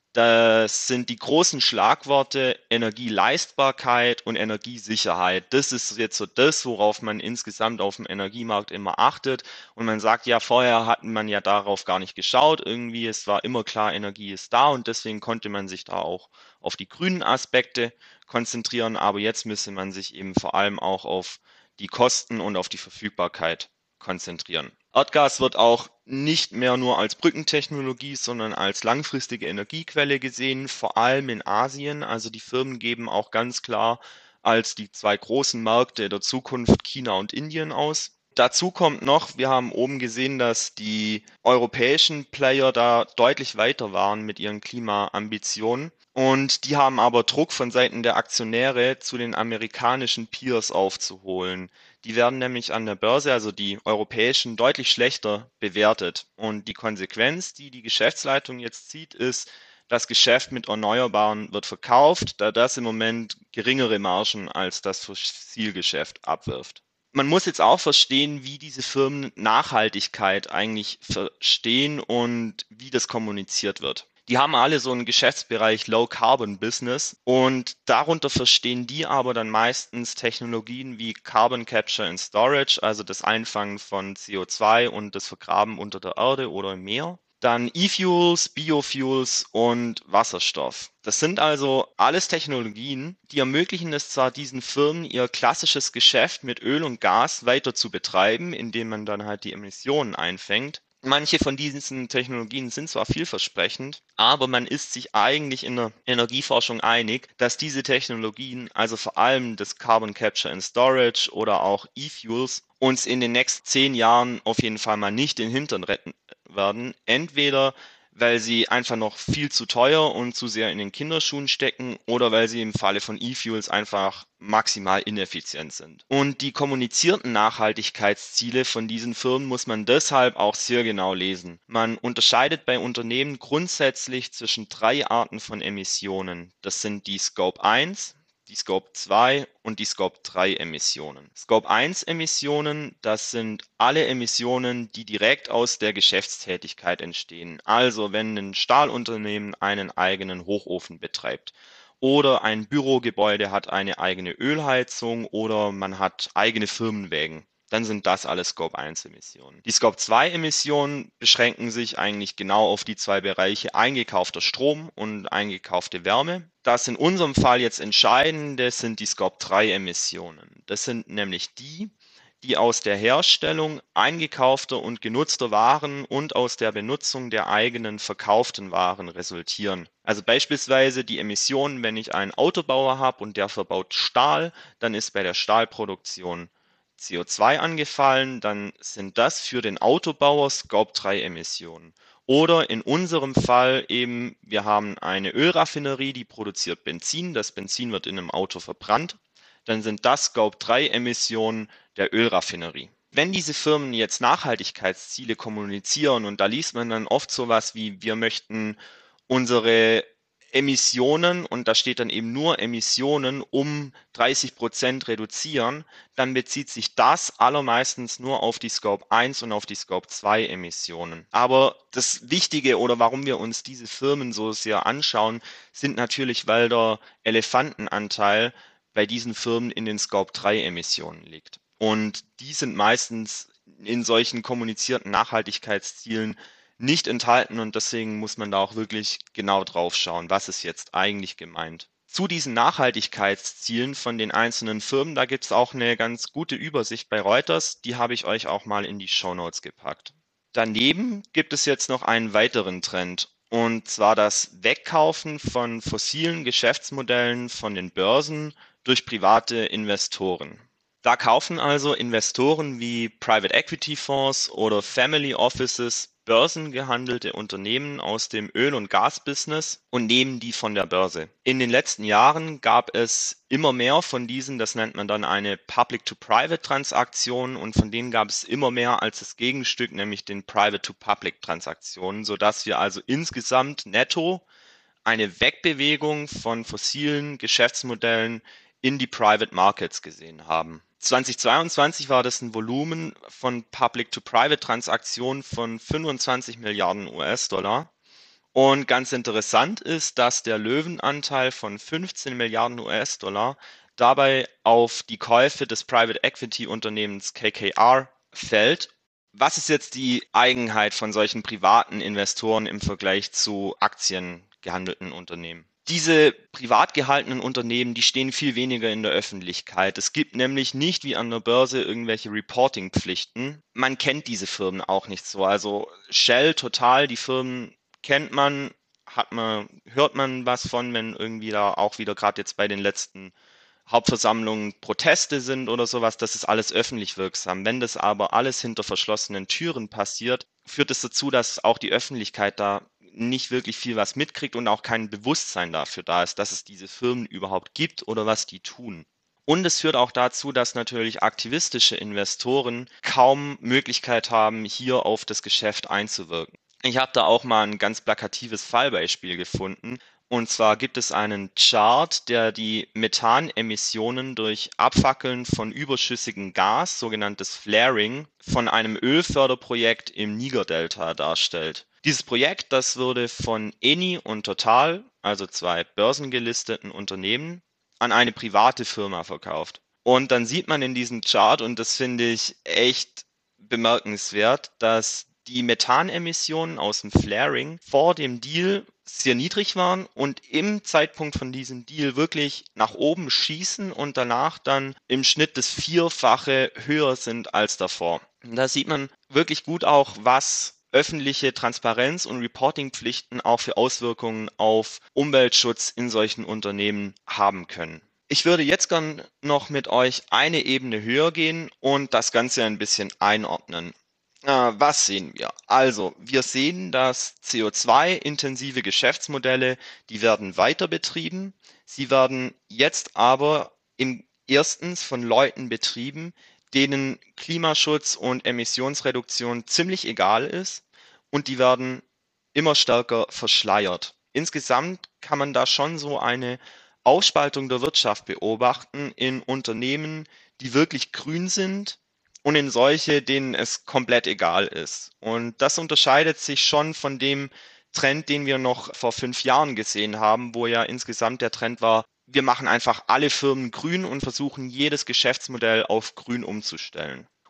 das sind die großen Schlagworte Energieleistbarkeit und Energiesicherheit. Das ist jetzt so das, worauf man insgesamt auf dem Energiemarkt immer achtet. Und man sagt ja, vorher hat man ja darauf gar nicht geschaut. Irgendwie, es war immer klar, Energie ist da und deswegen konnte man sich da auch auf die grünen Aspekte konzentrieren. Aber jetzt müsste man sich eben vor allem auch auf die Kosten und auf die Verfügbarkeit konzentrieren. Erdgas wird auch nicht mehr nur als Brückentechnologie, sondern als langfristige Energiequelle gesehen, vor allem in Asien. Also die Firmen geben auch ganz klar als die zwei großen Märkte der Zukunft China und Indien aus. Dazu kommt noch, wir haben oben gesehen, dass die europäischen Player da deutlich weiter waren mit ihren Klimaambitionen. Und die haben aber Druck von Seiten der Aktionäre zu den amerikanischen Peers aufzuholen. Die werden nämlich an der Börse, also die europäischen, deutlich schlechter bewertet. Und die Konsequenz, die die Geschäftsleitung jetzt zieht, ist, das Geschäft mit Erneuerbaren wird verkauft, da das im Moment geringere Margen als das Fossilgeschäft abwirft. Man muss jetzt auch verstehen, wie diese Firmen Nachhaltigkeit eigentlich verstehen und wie das kommuniziert wird. Die haben alle so einen Geschäftsbereich Low Carbon Business und darunter verstehen die aber dann meistens Technologien wie Carbon Capture and Storage, also das Einfangen von C O zwei und das Vergraben unter der Erde oder im Meer. Dann E-Fuels, Biofuels und Wasserstoff. Das sind also alles Technologien, die ermöglichen es zwar diesen Firmen, ihr klassisches Geschäft mit Öl und Gas weiter zu betreiben, indem man dann halt die Emissionen einfängt. Manche von diesen Technologien sind zwar vielversprechend, aber man ist sich eigentlich in der Energieforschung einig, dass diese Technologien, also vor allem das Carbon Capture and Storage oder auch E-Fuels, uns in den nächsten zehn Jahren auf jeden Fall mal nicht den Hintern retten werden. Entweder weil sie einfach noch viel zu teuer und zu sehr in den Kinderschuhen stecken oder weil sie im Falle von E-Fuels einfach maximal ineffizient sind. Und die kommunizierten Nachhaltigkeitsziele von diesen Firmen muss man deshalb auch sehr genau lesen. Man unterscheidet bei Unternehmen grundsätzlich zwischen drei Arten von Emissionen. Das sind die Scope eins, die Scope zwei und die Scope drei Emissionen. Scope eins Emissionen, das sind alle Emissionen, die direkt aus der Geschäftstätigkeit entstehen. Also wenn ein Stahlunternehmen einen eigenen Hochofen betreibt oder ein Bürogebäude hat eine eigene Ölheizung oder man hat eigene Firmenwägen. dann sind das alle Scope eins Emissionen. Die Scope zwei Emissionen beschränken sich eigentlich genau auf die zwei Bereiche eingekaufter Strom und eingekaufte Wärme. Das in unserem Fall jetzt Entscheidende sind die Scope drei Emissionen. Das sind nämlich die, die aus der Herstellung eingekaufter und genutzter Waren und aus der Benutzung der eigenen verkauften Waren resultieren. Also beispielsweise die Emissionen, wenn ich einen Autobauer habe und der verbaut Stahl, dann ist bei der Stahlproduktion C O zwei angefallen, dann sind das für den Autobauer Scope drei Emissionen. Oder in unserem Fall eben, wir haben eine Ölraffinerie, die produziert Benzin, das Benzin wird in einem Auto verbrannt, dann sind das Scope drei Emissionen der Ölraffinerie. Wenn diese Firmen jetzt Nachhaltigkeitsziele kommunizieren und da liest man dann oft sowas wie, wir möchten unsere Emissionen, und da steht dann eben nur Emissionen, um dreißig Prozent reduzieren, dann bezieht sich das allermeistens nur auf die Scope eins und auf die Scope zwei Emissionen. Aber das Wichtige oder warum wir uns diese Firmen so sehr anschauen, sind natürlich, weil der Elefantenanteil bei diesen Firmen in den Scope drei Emissionen liegt. Und die sind meistens in solchen kommunizierten Nachhaltigkeitszielen nicht enthalten und deswegen muss man da auch wirklich genau drauf schauen, was ist jetzt eigentlich gemeint. Zu diesen Nachhaltigkeitszielen von den einzelnen Firmen, da gibt es auch eine ganz gute Übersicht bei Reuters, die habe ich euch auch mal in die Shownotes gepackt. Daneben gibt es jetzt noch einen weiteren Trend, und zwar das Wegkaufen von fossilen Geschäftsmodellen von den Börsen durch private Investoren. Da kaufen also Investoren wie Private Equity Fonds oder Family Offices börsengehandelte Unternehmen aus dem Öl- und Gasbusiness und nehmen die von der Börse. In den letzten Jahren gab es immer mehr von diesen, das nennt man dann eine Public-to-Private-Transaktion, und von denen gab es immer mehr als das Gegenstück, nämlich den Private-to-Public-Transaktionen, sodass wir also insgesamt netto eine Wegbewegung von fossilen Geschäftsmodellen in die Private Markets gesehen haben. zweitausendzweiundzwanzig war das ein Volumen von Public-to-Private-Transaktionen von fünfundzwanzig Milliarden U S-Dollar. Und ganz interessant ist, dass der Löwenanteil von fünfzehn Milliarden U S-Dollar dabei auf die Käufe des Private Equity Unternehmens K K R fällt. Was ist jetzt die Eigenheit von solchen privaten Investoren im Vergleich zu aktiengehandelten Unternehmen? Diese privat gehaltenen Unternehmen, die stehen viel weniger in der Öffentlichkeit. Es gibt nämlich nicht wie an der Börse irgendwelche Reporting-Pflichten. Man kennt diese Firmen auch nicht so. Also Shell, Total, die Firmen kennt man, hat man, hört man was von, wenn irgendwie da auch wieder gerade jetzt bei den letzten Hauptversammlungen Proteste sind oder sowas. Das ist alles öffentlich wirksam. Wenn das aber alles hinter verschlossenen Türen passiert, führt es dazu, dass auch die Öffentlichkeit da nicht wirklich viel was mitkriegt und auch kein Bewusstsein dafür da ist, dass es diese Firmen überhaupt gibt oder was die tun. Und es führt auch dazu, dass natürlich aktivistische Investoren kaum Möglichkeit haben, hier auf das Geschäft einzuwirken. Ich habe da auch mal ein ganz plakatives Fallbeispiel gefunden. Und zwar gibt es einen Chart, der die Methanemissionen durch Abfackeln von überschüssigem Gas, sogenanntes Flaring, von einem Ölförderprojekt im Niger-Delta darstellt. Dieses Projekt, das wurde von Eni und Total, also zwei börsengelisteten Unternehmen, an eine private Firma verkauft. Und dann sieht man in diesem Chart, und das finde ich echt bemerkenswert, dass die Methanemissionen aus dem Flaring vor dem Deal sehr niedrig waren und im Zeitpunkt von diesem Deal wirklich nach oben schießen und danach dann im Schnitt das Vierfache höher sind als davor. Und da sieht man wirklich gut auch, was öffentliche Transparenz und Reportingpflichten auch für Auswirkungen auf Umweltschutz in solchen Unternehmen haben können. Ich würde jetzt gern noch mit euch eine Ebene höher gehen und das Ganze ein bisschen einordnen. Äh, was sehen wir? Also, wir sehen, dass C O zwei intensive Geschäftsmodelle, die werden weiter betrieben. Sie werden jetzt aber im erstens von Leuten betrieben, denen Klimaschutz und Emissionsreduktion ziemlich egal ist, und die werden immer stärker verschleiert. Insgesamt kann man da schon so eine Aufspaltung der Wirtschaft beobachten in Unternehmen, die wirklich grün sind, und in solche, denen es komplett egal ist. Und das unterscheidet sich schon von dem Trend, den wir noch vor fünf Jahren gesehen haben, wo ja insgesamt der Trend war, wir machen einfach alle Firmen grün und versuchen jedes Geschäftsmodell auf grün umzustellen.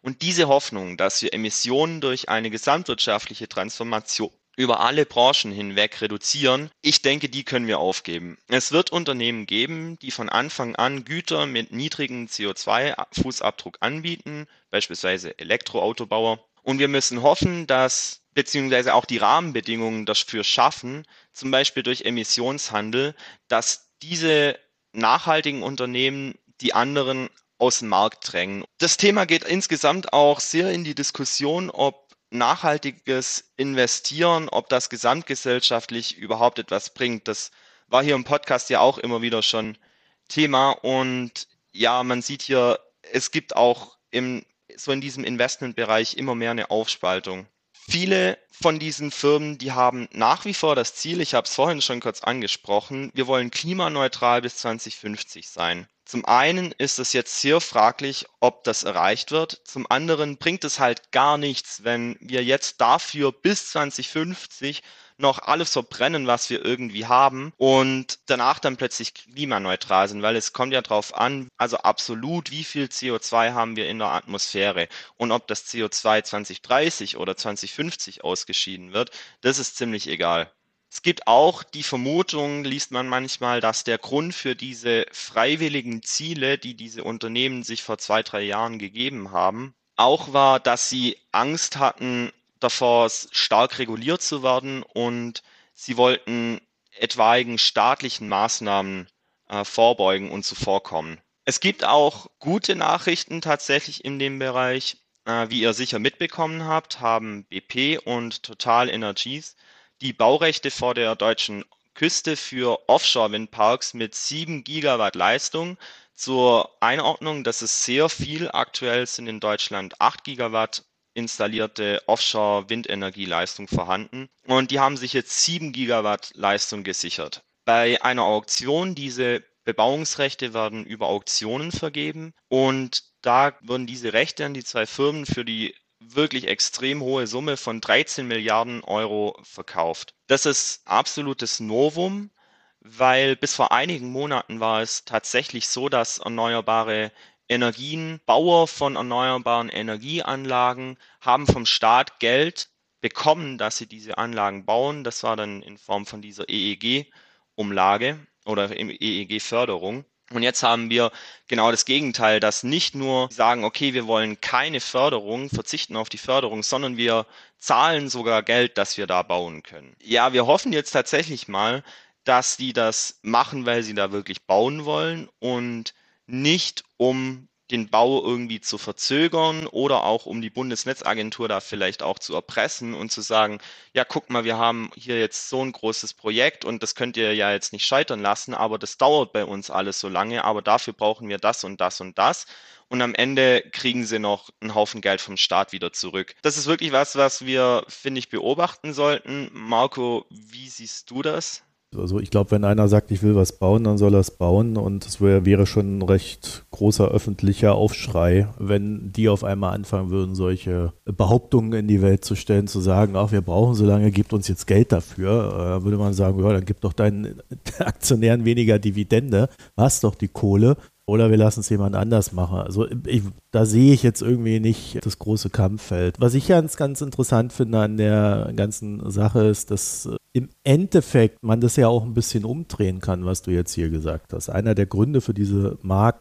Und diese Hoffnung, dass wir Emissionen durch eine gesamtwirtschaftliche Transformation über alle Branchen hinweg reduzieren, ich denke, die können wir aufgeben. Es wird Unternehmen geben, die von Anfang an Güter mit niedrigem C O zwei Fußabdruck anbieten, beispielsweise Elektroautobauer. Und wir müssen hoffen, dass beziehungsweise auch die Rahmenbedingungen dafür schaffen, zum Beispiel durch Emissionshandel, dass diese nachhaltigen Unternehmen die anderen aus dem Markt drängen. Das Thema geht insgesamt auch sehr in die Diskussion, ob nachhaltiges Investieren, ob das gesamtgesellschaftlich überhaupt etwas bringt. Das war hier im Podcast ja auch immer wieder schon Thema. Und ja, man sieht hier, es gibt auch im, so in diesem Investmentbereich immer mehr eine Aufspaltung. Viele von diesen Firmen, die haben nach wie vor das Ziel, ich habe es vorhin schon kurz angesprochen, wir wollen klimaneutral bis zwanzig fünfzig sein. Zum einen ist es jetzt sehr fraglich, ob das erreicht wird. Zum anderen bringt es halt gar nichts, wenn wir jetzt dafür bis zwanzig fünfzig noch alles verbrennen, was wir irgendwie haben und danach dann plötzlich klimaneutral sind, weil es kommt ja drauf an, also absolut, wie viel C O zwei haben wir in der Atmosphäre und ob das C O zwei zwanzig dreißig oder zwanzig fünfzig ausgeschieden wird, das ist ziemlich egal. Es gibt auch die Vermutung, liest man manchmal, dass der Grund für diese freiwilligen Ziele, die diese Unternehmen sich vor zwei, drei Jahren gegeben haben, auch war, dass sie Angst hatten, davor stark reguliert zu werden und sie wollten etwaigen staatlichen Maßnahmen äh, vorbeugen und zuvorkommen. Es gibt auch gute Nachrichten tatsächlich in dem Bereich. Äh, wie ihr sicher mitbekommen habt, haben B P und Total Energies die Baurechte vor der deutschen Küste für Offshore-Windparks mit sieben Gigawatt Leistung. Zur Einordnung, das ist sehr viel. Aktuell sind in Deutschland acht Gigawatt installierte Offshore-Windenergieleistung vorhanden und die haben sich jetzt sieben Gigawatt Leistung gesichert. Bei einer Auktion, diese Bebauungsrechte werden über Auktionen vergeben und da wurden diese Rechte an die zwei Firmen für die wirklich extrem hohe Summe von dreizehn Milliarden Euro verkauft. Das ist absolutes Novum, weil bis vor einigen Monaten war es tatsächlich so, dass erneuerbare Energien, Bauer von erneuerbaren Energieanlagen haben vom Staat Geld bekommen, dass sie diese Anlagen bauen. Das war dann in Form von dieser E E G-Umlage oder E E G-Förderung. Und jetzt haben wir genau das Gegenteil, dass nicht nur sagen, okay, wir wollen keine Förderung, verzichten auf die Förderung, sondern wir zahlen sogar Geld, dass wir da bauen können. Ja, wir hoffen jetzt tatsächlich mal, dass die das machen, weil sie da wirklich bauen wollen und nicht um den Bau irgendwie zu verzögern oder auch um die Bundesnetzagentur da vielleicht auch zu erpressen und zu sagen, ja, guck mal, wir haben hier jetzt so ein großes Projekt und das könnt ihr ja jetzt nicht scheitern lassen, aber das dauert bei uns alles so lange, aber dafür brauchen wir das und das und das. Und am Ende kriegen sie noch einen Haufen Geld vom Staat wieder zurück. Das ist wirklich was, was wir, finde ich, beobachten sollten. Marco, wie siehst du das? Also ich glaube, wenn einer sagt, ich will was bauen, dann soll er es bauen und es wär, wäre schon ein recht großer öffentlicher Aufschrei, wenn die auf einmal anfangen würden, solche Behauptungen in die Welt zu stellen, zu sagen, ach, wir brauchen so lange, gebt uns jetzt Geld dafür. Da würde man sagen, ja, dann gib doch deinen Aktionären weniger Dividende, hast doch die Kohle. Oder wir lassen es jemand anders machen. Also ich, da sehe ich jetzt irgendwie nicht das große Kampffeld. Was ich ganz, ganz interessant finde an der ganzen Sache ist, dass im Endeffekt man das ja auch ein bisschen umdrehen kann, was du jetzt hier gesagt hast. Einer der Gründe für diese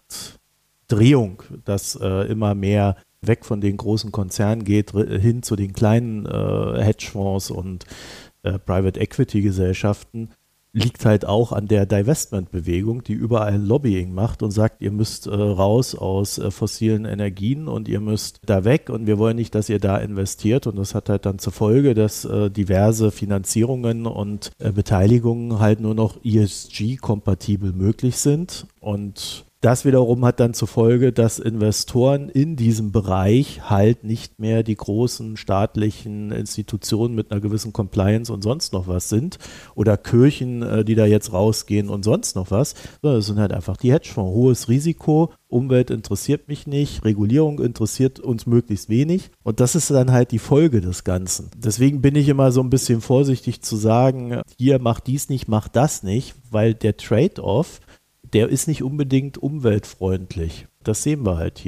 Marktdrehung, dass äh, immer mehr weg von den großen Konzernen geht, hin zu den kleinen äh, Hedgefonds und äh, Private Equity Gesellschaften, liegt halt auch an der Divestment-Bewegung, die überall Lobbying macht und sagt, ihr müsst äh, raus aus äh, fossilen Energien und ihr müsst da weg und wir wollen nicht, dass ihr da investiert. Und das hat halt dann zur Folge, dass äh, diverse Finanzierungen und äh, Beteiligungen halt nur noch E S G-kompatibel möglich sind. Und das wiederum hat dann zur Folge, dass Investoren in diesem Bereich halt nicht mehr die großen staatlichen Institutionen mit einer gewissen Compliance und sonst noch was sind oder Kirchen, die da jetzt rausgehen und sonst noch was, sondern es sind halt einfach die Hedgefonds. Hohes Risiko, Umwelt interessiert mich nicht, Regulierung interessiert uns möglichst wenig und das ist dann halt die Folge des Ganzen. Deswegen bin ich immer so ein bisschen vorsichtig zu sagen, hier mach dies nicht, mach das nicht, weil der Trade-off, der ist nicht unbedingt umweltfreundlich. Das sehen wir halt hier.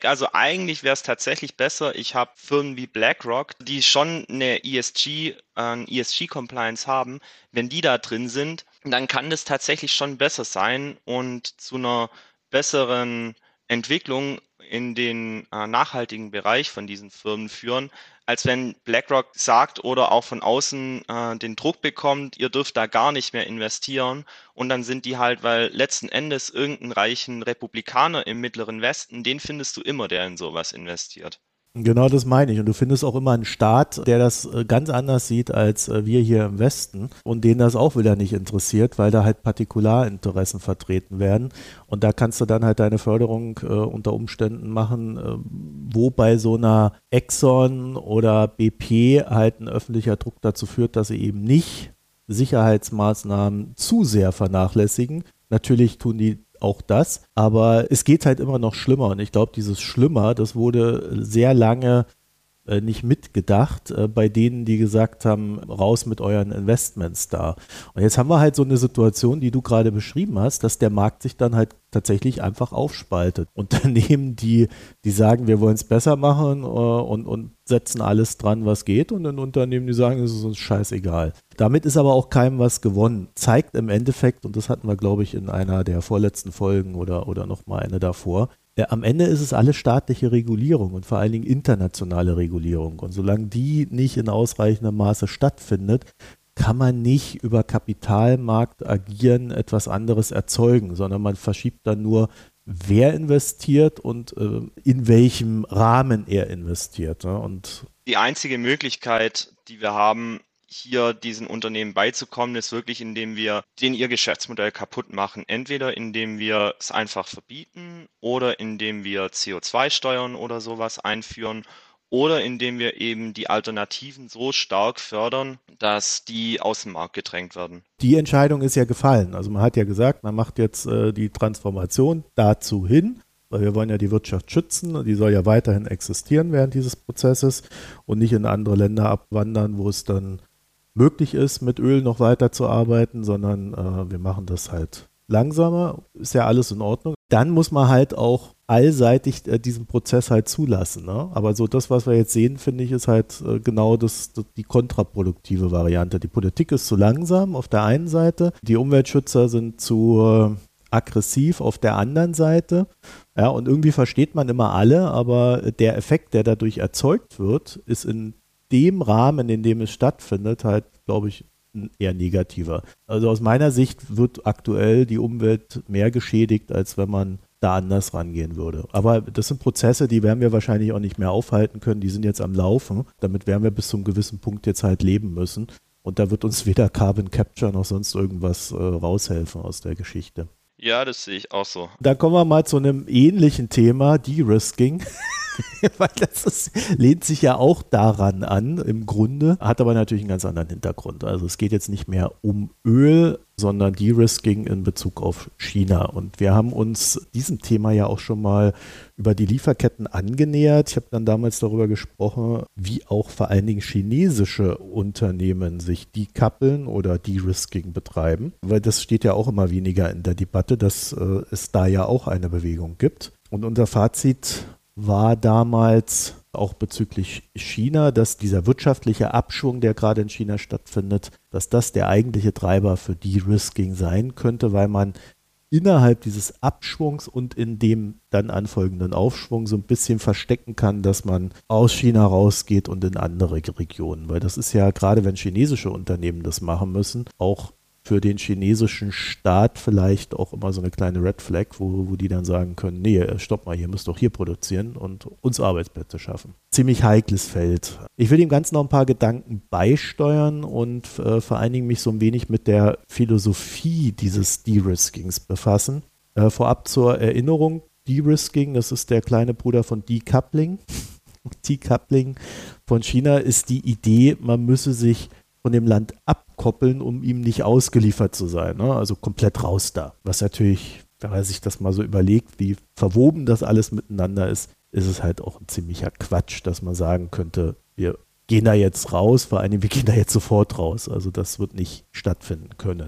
Also eigentlich wäre es tatsächlich besser, ich habe Firmen wie BlackRock, die schon eine E S G, äh, E S G-Compliance haben, wenn die da drin sind, dann kann das tatsächlich schon besser sein und zu einer besseren Entwicklung in den äh, nachhaltigen Bereich von diesen Firmen führen, als wenn BlackRock sagt oder auch von außen äh, den Druck bekommt, ihr dürft da gar nicht mehr investieren. Und dann sind die halt, weil letzten Endes irgendeinen reichen Republikaner im Mittleren Westen, den findest du immer, der in sowas investiert. Genau das meine ich. Und du findest auch immer einen Staat, der das äh, ganz anders sieht als äh, wir hier im Westen und den das auch wieder nicht interessiert, weil da halt Partikularinteressen vertreten werden. Und da kannst du dann halt deine Förderung äh, unter Umständen machen, äh, wo bei so einer Exxon oder B P halt ein öffentlicher Druck dazu führt, dass sie eben nicht Sicherheitsmaßnahmen zu sehr vernachlässigen. Natürlich tun die auch das, aber es geht halt immer noch schlimmer und ich glaube, dieses Schlimmer, das wurde sehr lange äh, nicht mitgedacht äh, bei denen, die gesagt haben, raus mit euren Investments da. Und jetzt haben wir halt so eine Situation, die du gerade beschrieben hast, dass der Markt sich dann halt tatsächlich einfach aufspaltet. Unternehmen, die, die sagen, wir wollen es besser machen äh, und, und setzen alles dran, was geht, und dann Unternehmen, die sagen, es ist uns scheißegal. Damit ist aber auch keinem was gewonnen. Zeigt im Endeffekt, und das hatten wir, glaube ich, in einer der vorletzten Folgen oder, oder nochmal eine davor, äh, am Ende ist es alles staatliche Regulierung und vor allen Dingen internationale Regulierung. Und solange die nicht in ausreichendem Maße stattfindet, kann man nicht über Kapitalmarkt agieren, etwas anderes erzeugen, sondern man verschiebt dann nur, wer investiert und äh, in welchem Rahmen er investiert. Ne? Und Die einzige Möglichkeit, die wir haben, hier diesen Unternehmen beizukommen, ist wirklich, indem wir denen ihr Geschäftsmodell kaputt machen. Entweder indem wir es einfach verbieten oder indem wir C O zwei Steuern oder sowas einführen oder indem wir eben die Alternativen so stark fördern, dass die aus dem Markt gedrängt werden. die Entscheidung ist ja gefallen. Also man hat ja gesagt, man macht jetzt äh, die Transformation dazu hin, weil wir wollen ja die Wirtschaft schützen. Die soll ja weiterhin existieren während dieses Prozesses und nicht in andere Länder abwandern, wo es dann möglich ist, mit Öl noch weiter zu arbeiten, sondern äh, wir machen das halt langsamer. Ist ja alles in Ordnung. Dann muss man halt auch allseitig äh, diesen Prozess halt zulassen. Ne? Aber so das, was wir jetzt sehen, finde ich, ist halt äh, genau das, das, die kontraproduktive Variante. Die Politik ist zu langsam auf der einen Seite, die Umweltschützer sind zu äh, aggressiv auf der anderen Seite. Ja, und irgendwie versteht man immer alle, aber der Effekt, der dadurch erzeugt wird, ist in dem Rahmen, in dem es stattfindet, halt, glaube ich, eher negativer. Also aus meiner Sicht wird aktuell die Umwelt mehr geschädigt, als wenn man da anders rangehen würde. Aber das sind Prozesse, die werden wir wahrscheinlich auch nicht mehr aufhalten können. Die sind jetzt am Laufen. Damit werden wir bis zu einem gewissen Punkt jetzt halt leben müssen. Und da wird uns weder Carbon Capture noch sonst irgendwas äh, raushelfen aus der Geschichte. Ja, das sehe ich auch so. Dann kommen wir mal zu einem ähnlichen Thema, De-Risking. Weil das ist, lehnt sich ja auch daran an, im Grunde, hat aber natürlich einen ganz anderen Hintergrund. Also es geht jetzt nicht mehr um Öl, sondern De-Risking in Bezug auf China. Und wir haben uns diesem Thema ja auch schon mal über die Lieferketten angenähert. Ich habe dann damals darüber gesprochen, wie auch vor allen Dingen chinesische Unternehmen sich decoupeln oder De-Risking betreiben. Weil das steht ja auch immer weniger in der Debatte, dass äh, es da ja auch eine Bewegung gibt. Und unser Fazit war damals auch bezüglich China, dass dieser wirtschaftliche Abschwung, der gerade in China stattfindet, dass das der eigentliche Treiber für De-Risking sein könnte, weil man innerhalb dieses Abschwungs und in dem dann anfolgenden Aufschwung so ein bisschen verstecken kann, dass man aus China rausgeht und in andere Regionen. Weil das ist ja, gerade wenn chinesische Unternehmen das machen müssen, auch für den chinesischen Staat vielleicht auch immer so eine kleine Red Flag, wo, wo die dann sagen können, nee, stopp mal, ihr müsst doch hier produzieren und uns Arbeitsplätze schaffen. Ziemlich heikles Feld. Ich will dem Ganzen noch ein paar Gedanken beisteuern und äh, vor allen Dingen mich so ein wenig mit der Philosophie dieses De-Riskings befassen. Äh, vorab zur Erinnerung, De-Risking, das ist der kleine Bruder von Decoupling. Decoupling von China ist die Idee, man müsse sich von dem Land abkoppeln, um ihm nicht ausgeliefert zu sein. Ne? Also komplett raus da. Was natürlich, wenn man sich das mal so überlegt, wie verwoben das alles miteinander ist, ist es halt auch ein ziemlicher Quatsch, dass man sagen könnte, wir gehen da jetzt raus, vor allem wir gehen da jetzt sofort raus. Also das wird nicht stattfinden können.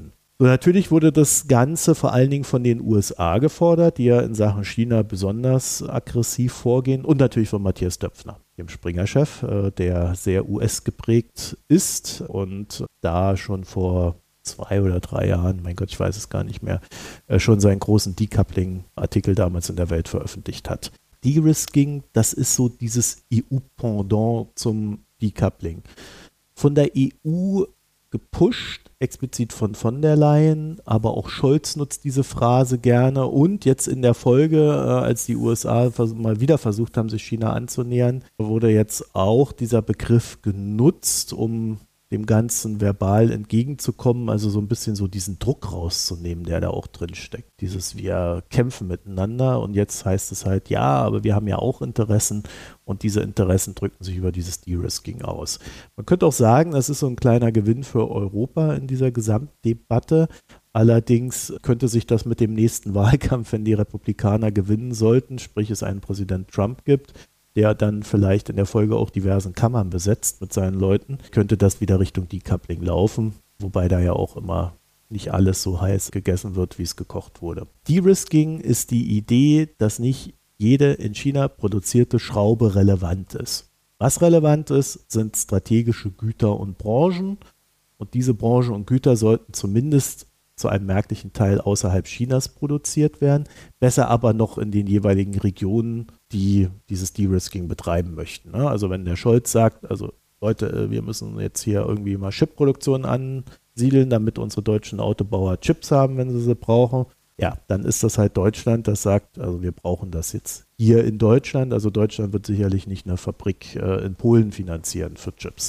So, natürlich wurde das Ganze vor allen Dingen von den U S A gefordert, die ja in Sachen China besonders aggressiv vorgehen, und natürlich von Matthias Döpfner, dem Springer-Chef, äh, der sehr U S geprägt ist und da schon vor zwei oder drei Jahren, mein Gott, ich weiß es gar nicht mehr, äh, schon seinen großen Decoupling-Artikel damals in der Welt veröffentlicht hat. De-Risking, das ist so dieses E U-Pendant zum Decoupling. Von der E U gepusht, explizit von von der Leyen, aber auch Scholz nutzt diese Phrase gerne, und jetzt in der Folge, äh, als die U S A vers- mal wieder versucht haben, sich China anzunähern, wurde jetzt auch dieser Begriff genutzt, um dem Ganzen verbal entgegenzukommen, also so ein bisschen so diesen Druck rauszunehmen, der da auch drin steckt. Dieses, wir kämpfen miteinander, und jetzt heißt es halt, ja, aber wir haben ja auch Interessen, und diese Interessen drücken sich über dieses De-Risking aus. Man könnte auch sagen, das ist so ein kleiner Gewinn für Europa in dieser Gesamtdebatte. Allerdings könnte sich das mit dem nächsten Wahlkampf, wenn die Republikaner gewinnen sollten, sprich es einen Präsident Trump gibt, der dann vielleicht in der Folge auch diversen Kammern besetzt mit seinen Leuten, könnte das wieder Richtung Decoupling laufen, wobei da ja auch immer nicht alles so heiß gegessen wird, wie es gekocht wurde. De-Risking ist die Idee, dass nicht jede in China produzierte Schraube relevant ist. Was relevant ist, sind strategische Güter und Branchen, und diese Branchen und Güter sollten zumindest zu einem merklichen Teil außerhalb Chinas produziert werden, besser aber noch in den jeweiligen Regionen, die dieses De-Risking betreiben möchten. Ne? Also wenn der Scholz sagt, also Leute, wir müssen jetzt hier irgendwie mal Chipproduktion ansiedeln, damit unsere deutschen Autobauer Chips haben, wenn sie sie brauchen, ja, dann ist das halt Deutschland, das sagt, also wir brauchen das jetzt hier in Deutschland. Also Deutschland wird sicherlich nicht eine Fabrik äh, in Polen finanzieren für Chips.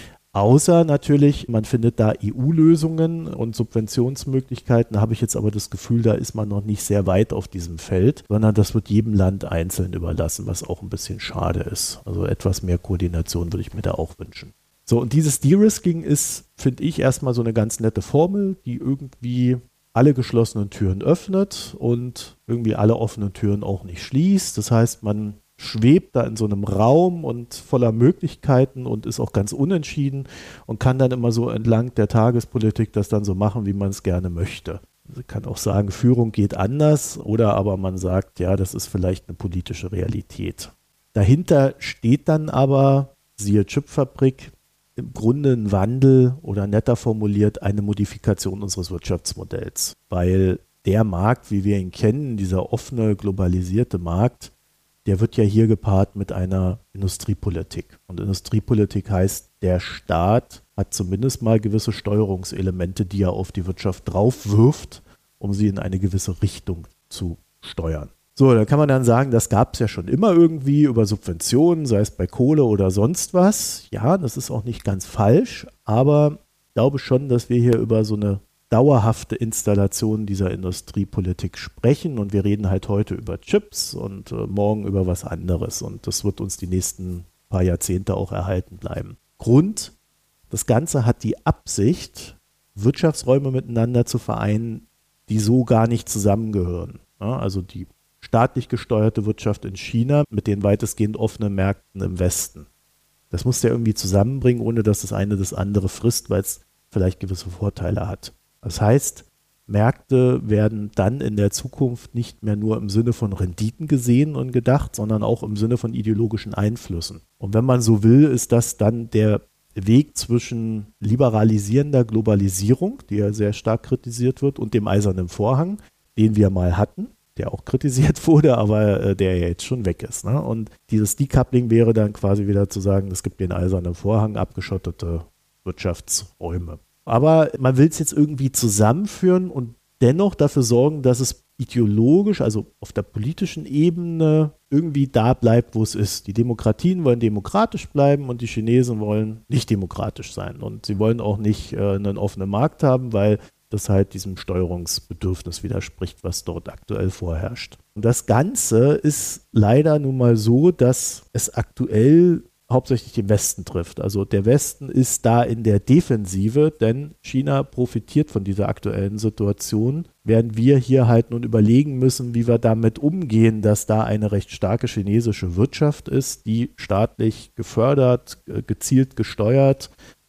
Außer natürlich, man findet da E U-Lösungen und Subventionsmöglichkeiten. Da habe ich jetzt aber das Gefühl, da ist man noch nicht sehr weit auf diesem Feld, sondern das wird jedem Land einzeln überlassen, was auch ein bisschen schade ist. Also etwas mehr Koordination würde ich mir da auch wünschen. So, und dieses De-Risking ist, finde ich, erstmal so eine ganz nette Formel, die irgendwie alle geschlossenen Türen öffnet und irgendwie alle offenen Türen auch nicht schließt. Das heißt, man schwebt da in so einem Raum und voller Möglichkeiten und ist auch ganz unentschieden und kann dann immer so entlang der Tagespolitik das dann so machen, wie man es gerne möchte. Man kann auch sagen, Führung geht anders, oder aber man sagt, ja, das ist vielleicht eine politische Realität. Dahinter steht dann aber, siehe Chipfabrik, im Grunde ein Wandel oder netter formuliert eine Modifikation unseres Wirtschaftsmodells, weil der Markt, wie wir ihn kennen, dieser offene, globalisierte Markt, der wird ja hier gepaart mit einer Industriepolitik. Und Industriepolitik heißt, der Staat hat zumindest mal gewisse Steuerungselemente, die er auf die Wirtschaft drauf wirft, um sie in eine gewisse Richtung zu steuern. So, da kann man dann sagen, das gab es ja schon immer irgendwie über Subventionen, sei es bei Kohle oder sonst was. Ja, das ist auch nicht ganz falsch, aber ich glaube schon, dass wir hier über so eine dauerhafte Installation dieser Industriepolitik sprechen, und wir reden halt heute über Chips und äh, morgen über was anderes, und das wird uns die nächsten paar Jahrzehnte auch erhalten bleiben. Grund, das Ganze hat die Absicht, Wirtschaftsräume miteinander zu vereinen, die so gar nicht zusammengehören. Ja, also die staatlich gesteuerte Wirtschaft in China mit den weitestgehend offenen Märkten im Westen. Das muss der irgendwie zusammenbringen, ohne dass das eine das andere frisst, weil es vielleicht gewisse Vorteile hat. Das heißt, Märkte werden dann in der Zukunft nicht mehr nur im Sinne von Renditen gesehen und gedacht, sondern auch im Sinne von ideologischen Einflüssen. Und wenn man so will, ist das dann der Weg zwischen liberalisierender Globalisierung, die ja sehr stark kritisiert wird, und dem eisernen Vorhang, den wir mal hatten, der auch kritisiert wurde, aber äh, der ja jetzt schon weg ist. Ne? Und dieses Decoupling wäre dann quasi wieder zu sagen, es gibt den eisernen Vorhang, abgeschottete Wirtschaftsräume. Aber man will es jetzt irgendwie zusammenführen und dennoch dafür sorgen, dass es ideologisch, also auf der politischen Ebene, irgendwie da bleibt, wo es ist. Die Demokratien wollen demokratisch bleiben und die Chinesen wollen nicht demokratisch sein. Und sie wollen auch nicht äh, einen offenen Markt haben, weil das halt diesem Steuerungsbedürfnis widerspricht, was dort aktuell vorherrscht. Und das Ganze ist leider nun mal so, dass es aktuell hauptsächlich den Westen trifft. Also der Westen ist da in der Defensive, denn China profitiert von dieser aktuellen Situation, während wir hier halt nun überlegen müssen, wie wir damit umgehen, dass da eine recht starke chinesische Wirtschaft ist, die staatlich gefördert, gezielt gesteuert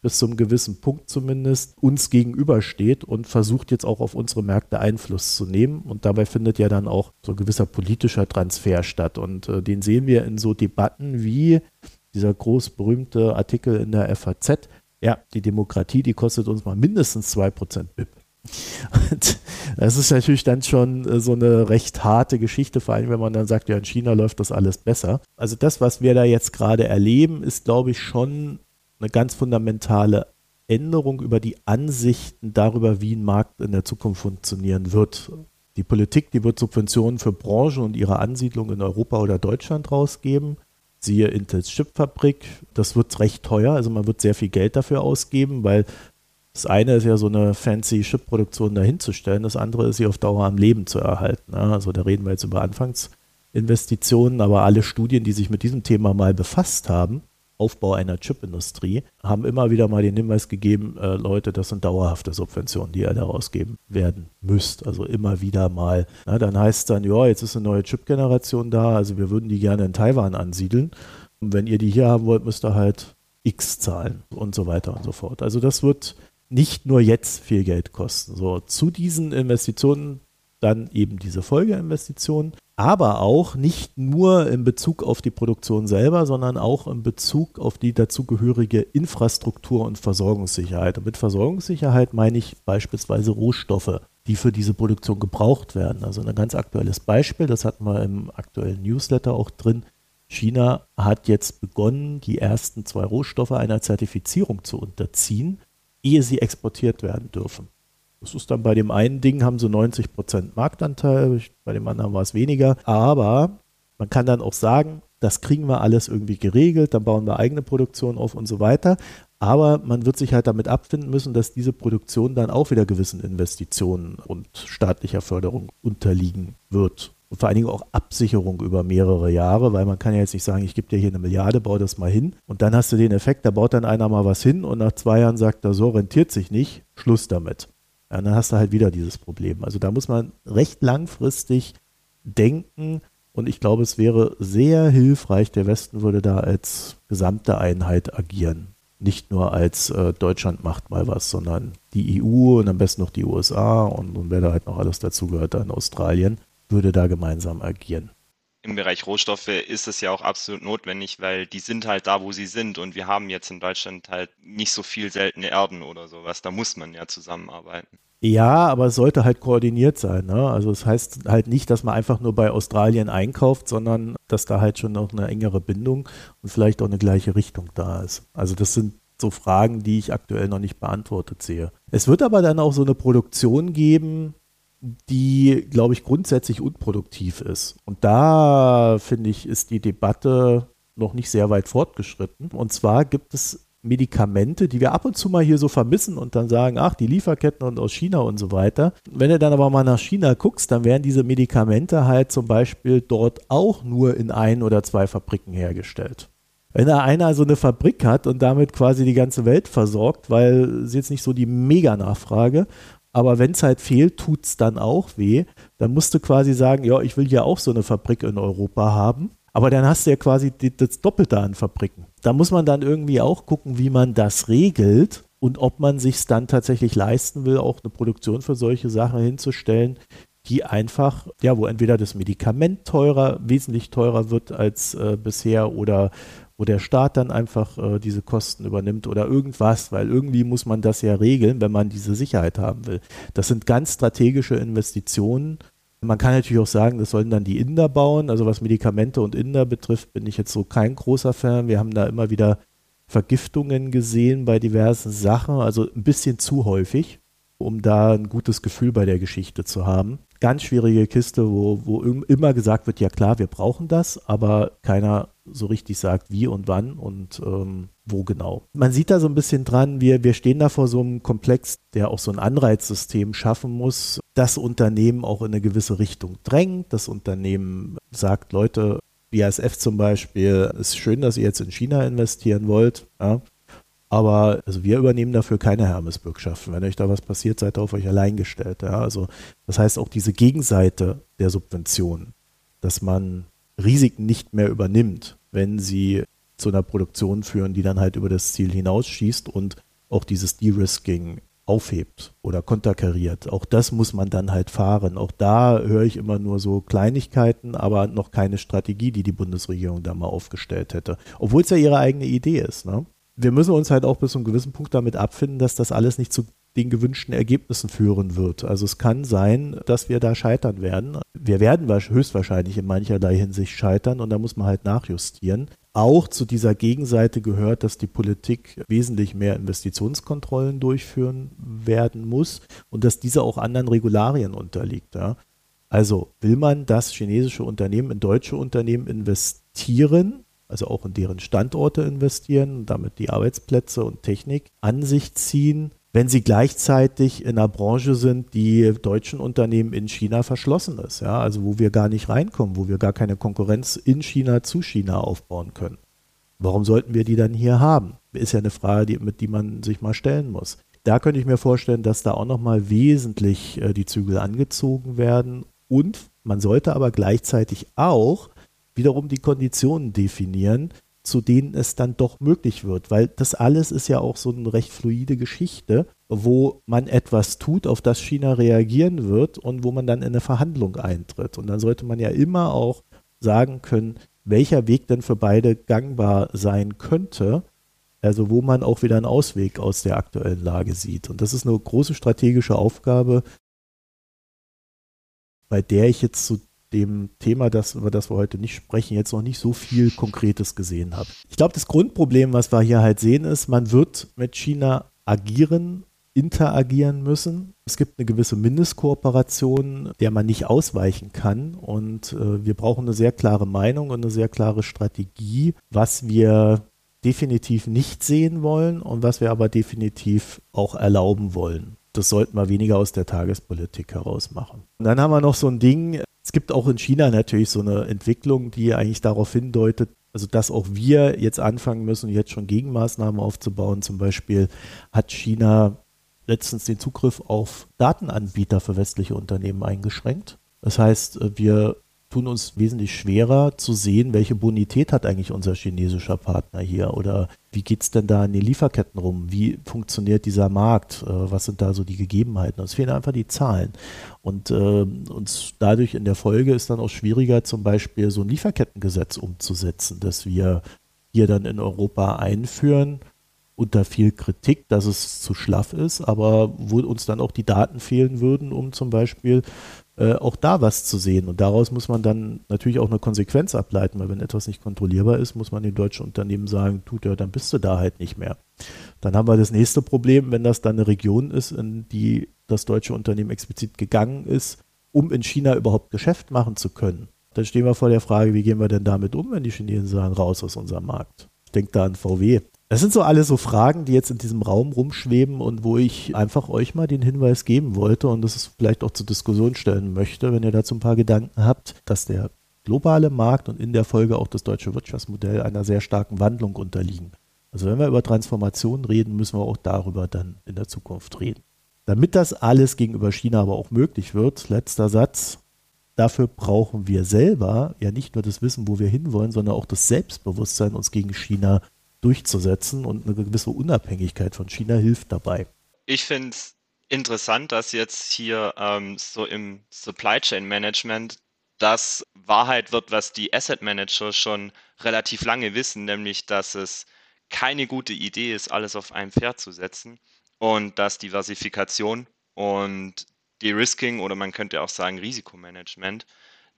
bis zu einem gewissen Punkt zumindest uns gegenübersteht und versucht jetzt auch auf unsere Märkte Einfluss zu nehmen. Und dabei findet ja dann auch so ein gewisser politischer Transfer statt. Und äh, den sehen wir in so Debatten wie dieser groß berühmte Artikel in der F A Z. Ja, die Demokratie, die kostet uns mal mindestens zwei Prozent B I P. Und das ist natürlich dann schon so eine recht harte Geschichte, vor allem wenn man dann sagt, ja, in China läuft das alles besser. Also das, was wir da jetzt gerade erleben, ist, glaube ich, schon eine ganz fundamentale Änderung über die Ansichten darüber, wie ein Markt in der Zukunft funktionieren wird. Die Politik, die wird Subventionen für Branchen und ihre Ansiedlung in Europa oder Deutschland rausgeben. Siehe Intels Chipfabrik, das wird recht teuer, also man wird sehr viel Geld dafür ausgeben, weil das eine ist ja so eine fancy Chip-Produktion dahin zu stellen, das andere ist sie auf Dauer am Leben zu erhalten. Also da reden wir jetzt über Anfangsinvestitionen, aber alle Studien, die sich mit diesem Thema mal befasst haben, Aufbau einer Chipindustrie, haben immer wieder mal den Hinweis gegeben, äh, Leute, das sind dauerhafte Subventionen, die ihr da ausgeben werden müsst. Also immer wieder mal. Na, dann heißt es dann, ja, jetzt ist eine neue Chip-Generation da, also wir würden die gerne in Taiwan ansiedeln. Und wenn ihr die hier haben wollt, müsst ihr halt X zahlen und so weiter und so fort. Also das wird nicht nur jetzt viel Geld kosten. So, zu diesen Investitionen dann eben diese Folgeinvestitionen, aber auch nicht nur in Bezug auf die Produktion selber, sondern auch in Bezug auf die dazugehörige Infrastruktur und Versorgungssicherheit. Und mit Versorgungssicherheit meine ich beispielsweise Rohstoffe, die für diese Produktion gebraucht werden. Also ein ganz aktuelles Beispiel, das hatten wir im aktuellen Newsletter auch drin. China hat jetzt begonnen, die ersten zwei Rohstoffe einer Zertifizierung zu unterziehen, ehe sie exportiert werden dürfen. Das ist dann bei dem einen Ding, haben sie neunzig Prozent Marktanteil, bei dem anderen war es weniger. Aber man kann dann auch sagen, das kriegen wir alles irgendwie geregelt, dann bauen wir eigene Produktion auf und so weiter. Aber man wird sich halt damit abfinden müssen, dass diese Produktion dann auch wieder gewissen Investitionen und staatlicher Förderung unterliegen wird. Und vor allen Dingen auch Absicherung über mehrere Jahre, weil man kann ja jetzt nicht sagen, ich gebe dir hier eine Milliarde, bau das mal hin. Und dann hast du den Effekt, da baut dann einer mal was hin und nach zwei Jahren sagt er, so rentiert sich nicht, Schluss damit. Ja, dann hast du halt wieder dieses Problem. Also da muss man recht langfristig denken und ich glaube, es wäre sehr hilfreich, der Westen würde da als gesamte Einheit agieren. Nicht nur als äh, Deutschland macht mal was, sondern die E U und am besten noch die U S A und, und wer da halt noch alles dazugehört, dann Australien, würde da gemeinsam agieren. Im Bereich Rohstoffe ist es ja auch absolut notwendig, weil die sind halt da, wo sie sind und wir haben jetzt in Deutschland halt nicht so viel seltene Erden oder sowas. Da muss man ja zusammenarbeiten. Ja, aber es sollte halt koordiniert sein. Ne? Also es heißt halt nicht, dass man einfach nur bei Australien einkauft, sondern dass da halt schon noch eine engere Bindung und vielleicht auch eine gleiche Richtung da ist. Also das sind so Fragen, die ich aktuell noch nicht beantwortet sehe. Es wird aber dann auch so eine Produktion geben, die, glaube ich, grundsätzlich unproduktiv ist. Und da, finde ich, ist die Debatte noch nicht sehr weit fortgeschritten. Und zwar gibt es Medikamente, die wir ab und zu mal hier so vermissen und dann sagen, ach, die Lieferketten und aus China und so weiter. Wenn du dann aber mal nach China guckst, dann werden diese Medikamente halt zum Beispiel dort auch nur in ein oder zwei Fabriken hergestellt. Wenn da einer so eine Fabrik hat und damit quasi die ganze Welt versorgt, weil es jetzt nicht so die Mega-Nachfrage, aber wenn es halt fehlt, tut es dann auch weh, dann musst du quasi sagen, ja, ich will ja auch so eine Fabrik in Europa haben. Aber dann hast du ja quasi die, das Doppelte an Fabriken. Da muss man dann irgendwie auch gucken, wie man das regelt und ob man sich dann tatsächlich leisten will, auch eine Produktion für solche Sachen hinzustellen, die einfach, ja, wo entweder das Medikament teurer, wesentlich teurer wird als äh, bisher oder wo der Staat dann einfach äh, diese Kosten übernimmt oder irgendwas, weil irgendwie muss man das ja regeln, wenn man diese Sicherheit haben will. Das sind ganz strategische Investitionen. Man kann natürlich auch sagen, das sollen dann die Inder bauen. Also was Medikamente und Inder betrifft, bin ich jetzt so kein großer Fan. Wir haben da immer wieder Vergiftungen gesehen bei diversen Sachen, also ein bisschen zu häufig, um da ein gutes Gefühl bei der Geschichte zu haben. Ganz schwierige Kiste, wo, wo immer gesagt wird, ja klar, wir brauchen das, aber keiner so richtig sagt, wie und wann und ähm, wo genau. Man sieht da so ein bisschen dran, wir, wir stehen da vor so einem Komplex, der auch so ein Anreizsystem schaffen muss, das Unternehmen auch in eine gewisse Richtung drängt. Das Unternehmen sagt, Leute, B A S F zum Beispiel, ist schön, dass ihr jetzt in China investieren wollt, ja, aber also wir übernehmen dafür keine Hermes-Bürgschaften. Wenn euch da was passiert, seid ihr auf euch allein gestellt. Ja? Also das heißt auch diese Gegenseite der Subventionen, dass man Risiken nicht mehr übernimmt, wenn sie zu einer Produktion führen, die dann halt über das Ziel hinausschießt und auch dieses De-Risking aufhebt oder konterkariert. Auch das muss man dann halt fahren. Auch da höre ich immer nur so Kleinigkeiten, aber noch keine Strategie, die die Bundesregierung da mal aufgestellt hätte. Obwohl es ja ihre eigene Idee ist. Ne? Wir müssen uns halt auch bis zu einem gewissen Punkt damit abfinden, dass das alles nicht zu den gewünschten Ergebnissen führen wird. Also es kann sein, dass wir da scheitern werden. Wir werden höchstwahrscheinlich in mancherlei Hinsicht scheitern und da muss man halt nachjustieren. Auch zu dieser Gegenseite gehört, dass die Politik wesentlich mehr Investitionskontrollen durchführen werden muss und dass diese auch anderen Regularien unterliegt. Ja. Also will man, dass chinesische Unternehmen in deutsche Unternehmen investieren, also auch in deren Standorte investieren und damit die Arbeitsplätze und Technik an sich ziehen, wenn sie gleichzeitig in einer Branche sind, die deutschen Unternehmen in China verschlossen ist, ja, also wo wir gar nicht reinkommen, wo wir gar keine Konkurrenz in China zu China aufbauen können. Warum sollten wir die dann hier haben? Ist ja eine Frage, die, mit die man sich mal stellen muss. Da könnte ich mir vorstellen, dass da auch nochmal wesentlich äh, die Zügel angezogen werden und man sollte aber gleichzeitig auch wiederum die Konditionen definieren, zu denen es dann doch möglich wird, weil das alles ist ja auch so eine recht fluide Geschichte, wo man etwas tut, auf das China reagieren wird und wo man dann in eine Verhandlung eintritt. Und dann sollte man ja immer auch sagen können, welcher Weg denn für beide gangbar sein könnte, also wo man auch wieder einen Ausweg aus der aktuellen Lage sieht. Und das ist eine große strategische Aufgabe, bei der ich jetzt zu dem Thema, das, über das wir heute nicht sprechen, jetzt noch nicht so viel Konkretes gesehen habe. Ich glaube, das Grundproblem, was wir hier halt sehen, ist, man wird mit China agieren, interagieren müssen. Es gibt eine gewisse Mindestkooperation, der man nicht ausweichen kann und äh, wir brauchen eine sehr klare Meinung und eine sehr klare Strategie, was wir definitiv nicht sehen wollen und was wir aber definitiv auch erlauben wollen. Das sollten wir weniger aus der Tagespolitik heraus machen. Und dann haben wir noch so ein Ding, es gibt auch in China natürlich so eine Entwicklung, die eigentlich darauf hindeutet, also dass auch wir jetzt anfangen müssen, jetzt schon Gegenmaßnahmen aufzubauen. Zum Beispiel hat China letztens den Zugriff auf Datenanbieter für westliche Unternehmen eingeschränkt. Das heißt, wir tun uns wesentlich schwerer zu sehen, welche Bonität hat eigentlich unser chinesischer Partner hier oder wie geht es denn da in den Lieferketten rum? Wie funktioniert dieser Markt? Was sind da so die Gegebenheiten? Uns fehlen einfach die Zahlen. Und äh, uns dadurch in der Folge ist dann auch schwieriger, zum Beispiel so ein Lieferkettengesetz umzusetzen, das wir hier dann in Europa einführen, unter viel Kritik, dass es zu schlaff ist, aber wo uns dann auch die Daten fehlen würden, um zum Beispiel äh, auch da was zu sehen. Und daraus muss man dann natürlich auch eine Konsequenz ableiten, weil wenn etwas nicht kontrollierbar ist, muss man den deutschen Unternehmen sagen, tut ja, dann bist du da halt nicht mehr. Dann haben wir das nächste Problem, wenn das dann eine Region ist, in die das deutsche Unternehmen explizit gegangen ist, um in China überhaupt Geschäft machen zu können. Dann stehen wir vor der Frage, wie gehen wir denn damit um, wenn die Chinesen sagen, raus aus unserem Markt. Ich denke da an V W. Das sind so alles so Fragen, die jetzt in diesem Raum rumschweben und wo ich einfach euch mal den Hinweis geben wollte und das vielleicht auch zur Diskussion stellen möchte, wenn ihr dazu ein paar Gedanken habt, dass der globale Markt und in der Folge auch das deutsche Wirtschaftsmodell einer sehr starken Wandlung unterliegen. Also wenn wir über Transformation reden, müssen wir auch darüber dann in der Zukunft reden. Damit das alles gegenüber China aber auch möglich wird, letzter Satz, dafür brauchen wir selber ja nicht nur das Wissen, wo wir hinwollen, sondern auch das Selbstbewusstsein, uns gegen China durchzusetzen und eine gewisse Unabhängigkeit von China hilft dabei. Ich finde es interessant, dass jetzt hier ähm, so im Supply Chain Management das Wahrheit wird, was die Asset Manager schon relativ lange wissen, nämlich dass es keine gute Idee ist, alles auf ein Pferd zu setzen und dass Diversifikation und De-Risking oder man könnte auch sagen Risikomanagement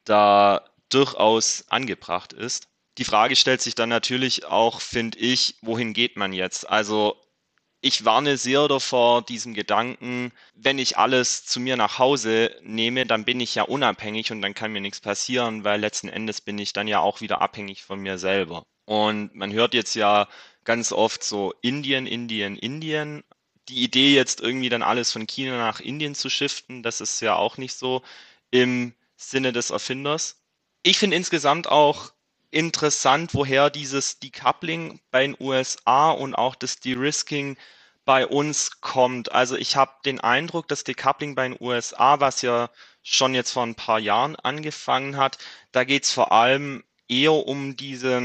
da durchaus angebracht ist. Die Frage stellt sich dann natürlich auch, finde ich, wohin geht man jetzt? Also ich warne sehr davor diesem Gedanken, wenn ich alles zu mir nach Hause nehme, dann bin ich ja unabhängig und dann kann mir nichts passieren, weil letzten Endes bin ich dann ja auch wieder abhängig von mir selber. Und man hört jetzt ja ganz oft so Indien, Indien, Indien. Die Idee jetzt irgendwie dann alles von China nach Indien zu shiften, das ist ja auch nicht so im Sinne des Erfinders. Ich finde insgesamt auch interessant, woher dieses Decoupling bei den U S A und auch das De-Risking bei uns kommt. Also ich habe den Eindruck, das Decoupling bei den U S A, was ja schon jetzt vor ein paar Jahren angefangen hat, da geht es vor allem eher um diesen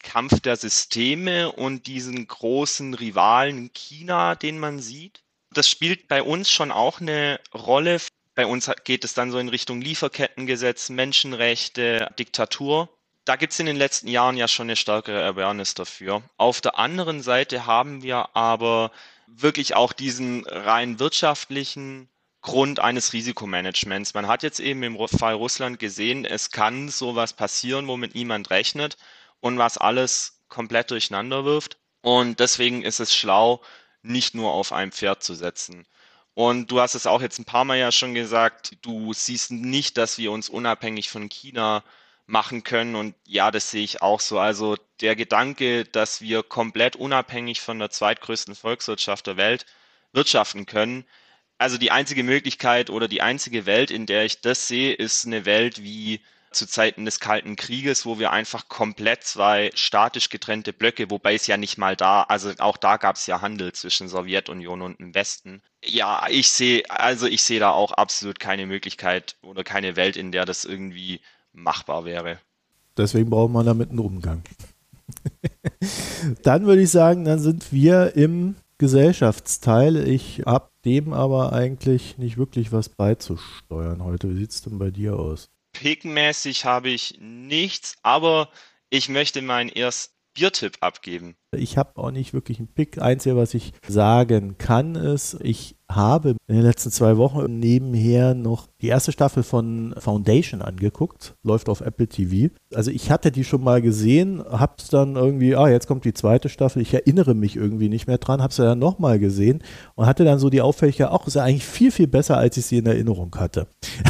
Kampf der Systeme und diesen großen Rivalen China, den man sieht. Das spielt bei uns schon auch eine Rolle. Bei uns geht es dann so in Richtung Lieferkettengesetz, Menschenrechte, Diktatur. Da gibt es in den letzten Jahren ja schon eine stärkere Awareness dafür. Auf der anderen Seite haben wir aber wirklich auch diesen rein wirtschaftlichen Grund eines Risikomanagements. Man hat jetzt eben im Fall Russland gesehen, es kann sowas passieren, womit niemand rechnet und was alles komplett durcheinander wirft. Und deswegen ist es schlau, nicht nur auf ein Pferd zu setzen. Und du hast es auch jetzt ein paar Mal ja schon gesagt, du siehst nicht, dass wir uns unabhängig von China machen können. Und ja, das sehe ich auch so. Also der Gedanke, dass wir komplett unabhängig von der zweitgrößten Volkswirtschaft der Welt wirtschaften können. Also die einzige Möglichkeit oder die einzige Welt, in der ich das sehe, ist eine Welt wie zu Zeiten des Kalten Krieges, wo wir einfach komplett zwei statisch getrennte Blöcke, wobei es ja nicht mal da, also auch da gab es ja Handel zwischen Sowjetunion und dem Westen. Ja, ich sehe, also ich sehe da auch absolut keine Möglichkeit oder keine Welt, in der das irgendwie machbar wäre. Deswegen braucht man damit einen Umgang. Dann würde ich sagen, dann sind wir im Gesellschaftsteil. Ich habe dem aber eigentlich nicht wirklich was beizusteuern heute. Wie sieht es denn bei dir aus? Pickmäßig habe ich nichts, aber ich möchte meinen ersten Biertipp abgeben. Ich habe auch nicht wirklich einen Pick. Einzige, was ich sagen kann, ist, ich habe in den letzten zwei Wochen nebenher noch die erste Staffel von Foundation angeguckt. Läuft auf Apple T V. Also ich hatte die schon mal gesehen, hab's dann irgendwie, ah, jetzt kommt die zweite Staffel. Ich erinnere mich irgendwie nicht mehr dran, hab's ja dann nochmal gesehen und hatte dann so die Auffälligkeit, auch ist ja eigentlich viel, viel besser, als ich sie in Erinnerung hatte.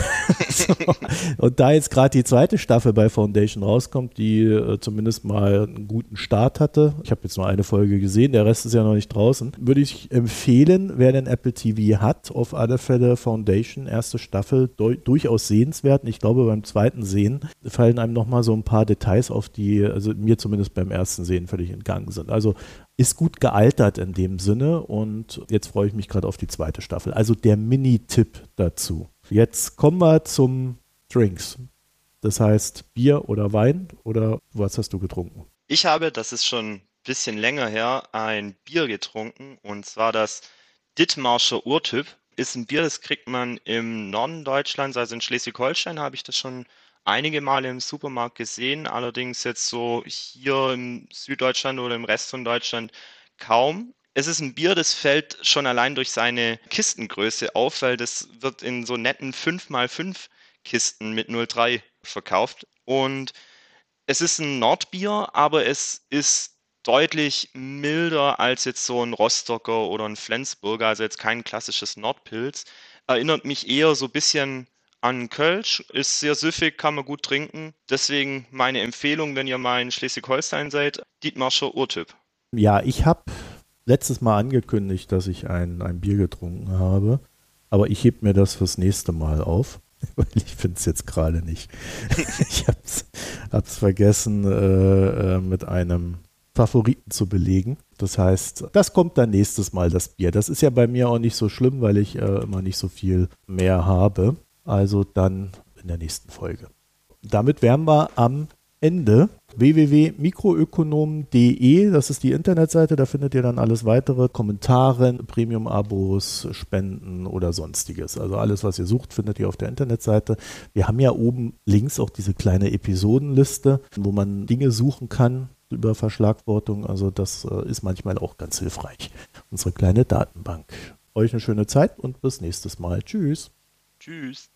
So. Und da jetzt gerade die zweite Staffel bei Foundation rauskommt, die äh, zumindest mal einen guten Start hatte. Ich habe jetzt nur eine Folge gesehen, der Rest ist ja noch nicht draußen. Würde ich empfehlen, wer den Apple T V hat, auf alle Fälle Foundation, erste Staffel, du- durchaus sehenswert. Und ich glaube, beim zweiten Sehen fallen einem nochmal so ein paar Details auf, die also mir zumindest beim ersten Sehen völlig entgangen sind. Also ist gut gealtert in dem Sinne und jetzt freue ich mich gerade auf die zweite Staffel. Also der Mini-Tipp dazu. Jetzt kommen wir zum Drinks. Das heißt Bier oder Wein oder was hast du getrunken? Ich habe, das ist schon ein bisschen länger her, ein Bier getrunken und zwar das Dithmarscher Urtyp. Ist ein Bier, das kriegt man im Norden Deutschlands, also in Schleswig-Holstein habe ich das schon einige Male im Supermarkt gesehen, allerdings jetzt so hier im Süddeutschland oder im Rest von Deutschland kaum. Es ist ein Bier, das fällt schon allein durch seine Kistengröße auf, weil das wird in so netten fünf mal fünf Kisten mit null Komma drei verkauft. Und es ist ein Nordbier, aber es ist deutlich milder als jetzt so ein Rostocker oder ein Flensburger, also jetzt kein klassisches Nordpilz. Erinnert mich eher so ein bisschen an Kölsch, ist sehr süffig, kann man gut trinken. Deswegen meine Empfehlung, wenn ihr mal in Schleswig-Holstein seid, Dithmarscher Urtyp. Ja, ich habe letztes Mal angekündigt, dass ich ein, ein Bier getrunken habe, aber ich heb mir das fürs nächste Mal auf, weil ich finde es jetzt gerade nicht. Ich habe es vergessen, äh, äh, mit einem Favoriten zu belegen. Das heißt, das kommt dann nächstes Mal, das Bier. Das ist ja bei mir auch nicht so schlimm, weil ich äh, immer nicht so viel mehr habe. Also dann in der nächsten Folge. Damit wären wir am Ende. w w w punkt mikroökonomen punkt de, das ist die Internetseite, da findet ihr dann alles weitere, Kommentare, Premium-Abos, Spenden oder sonstiges. Also alles, was ihr sucht, findet ihr auf der Internetseite. Wir haben ja oben links auch diese kleine Episodenliste, wo man Dinge suchen kann über Verschlagwortung. Also das äh, ist manchmal auch ganz hilfreich. Unsere kleine Datenbank. Euch eine schöne Zeit und bis nächstes Mal. Tschüss. Tschüss.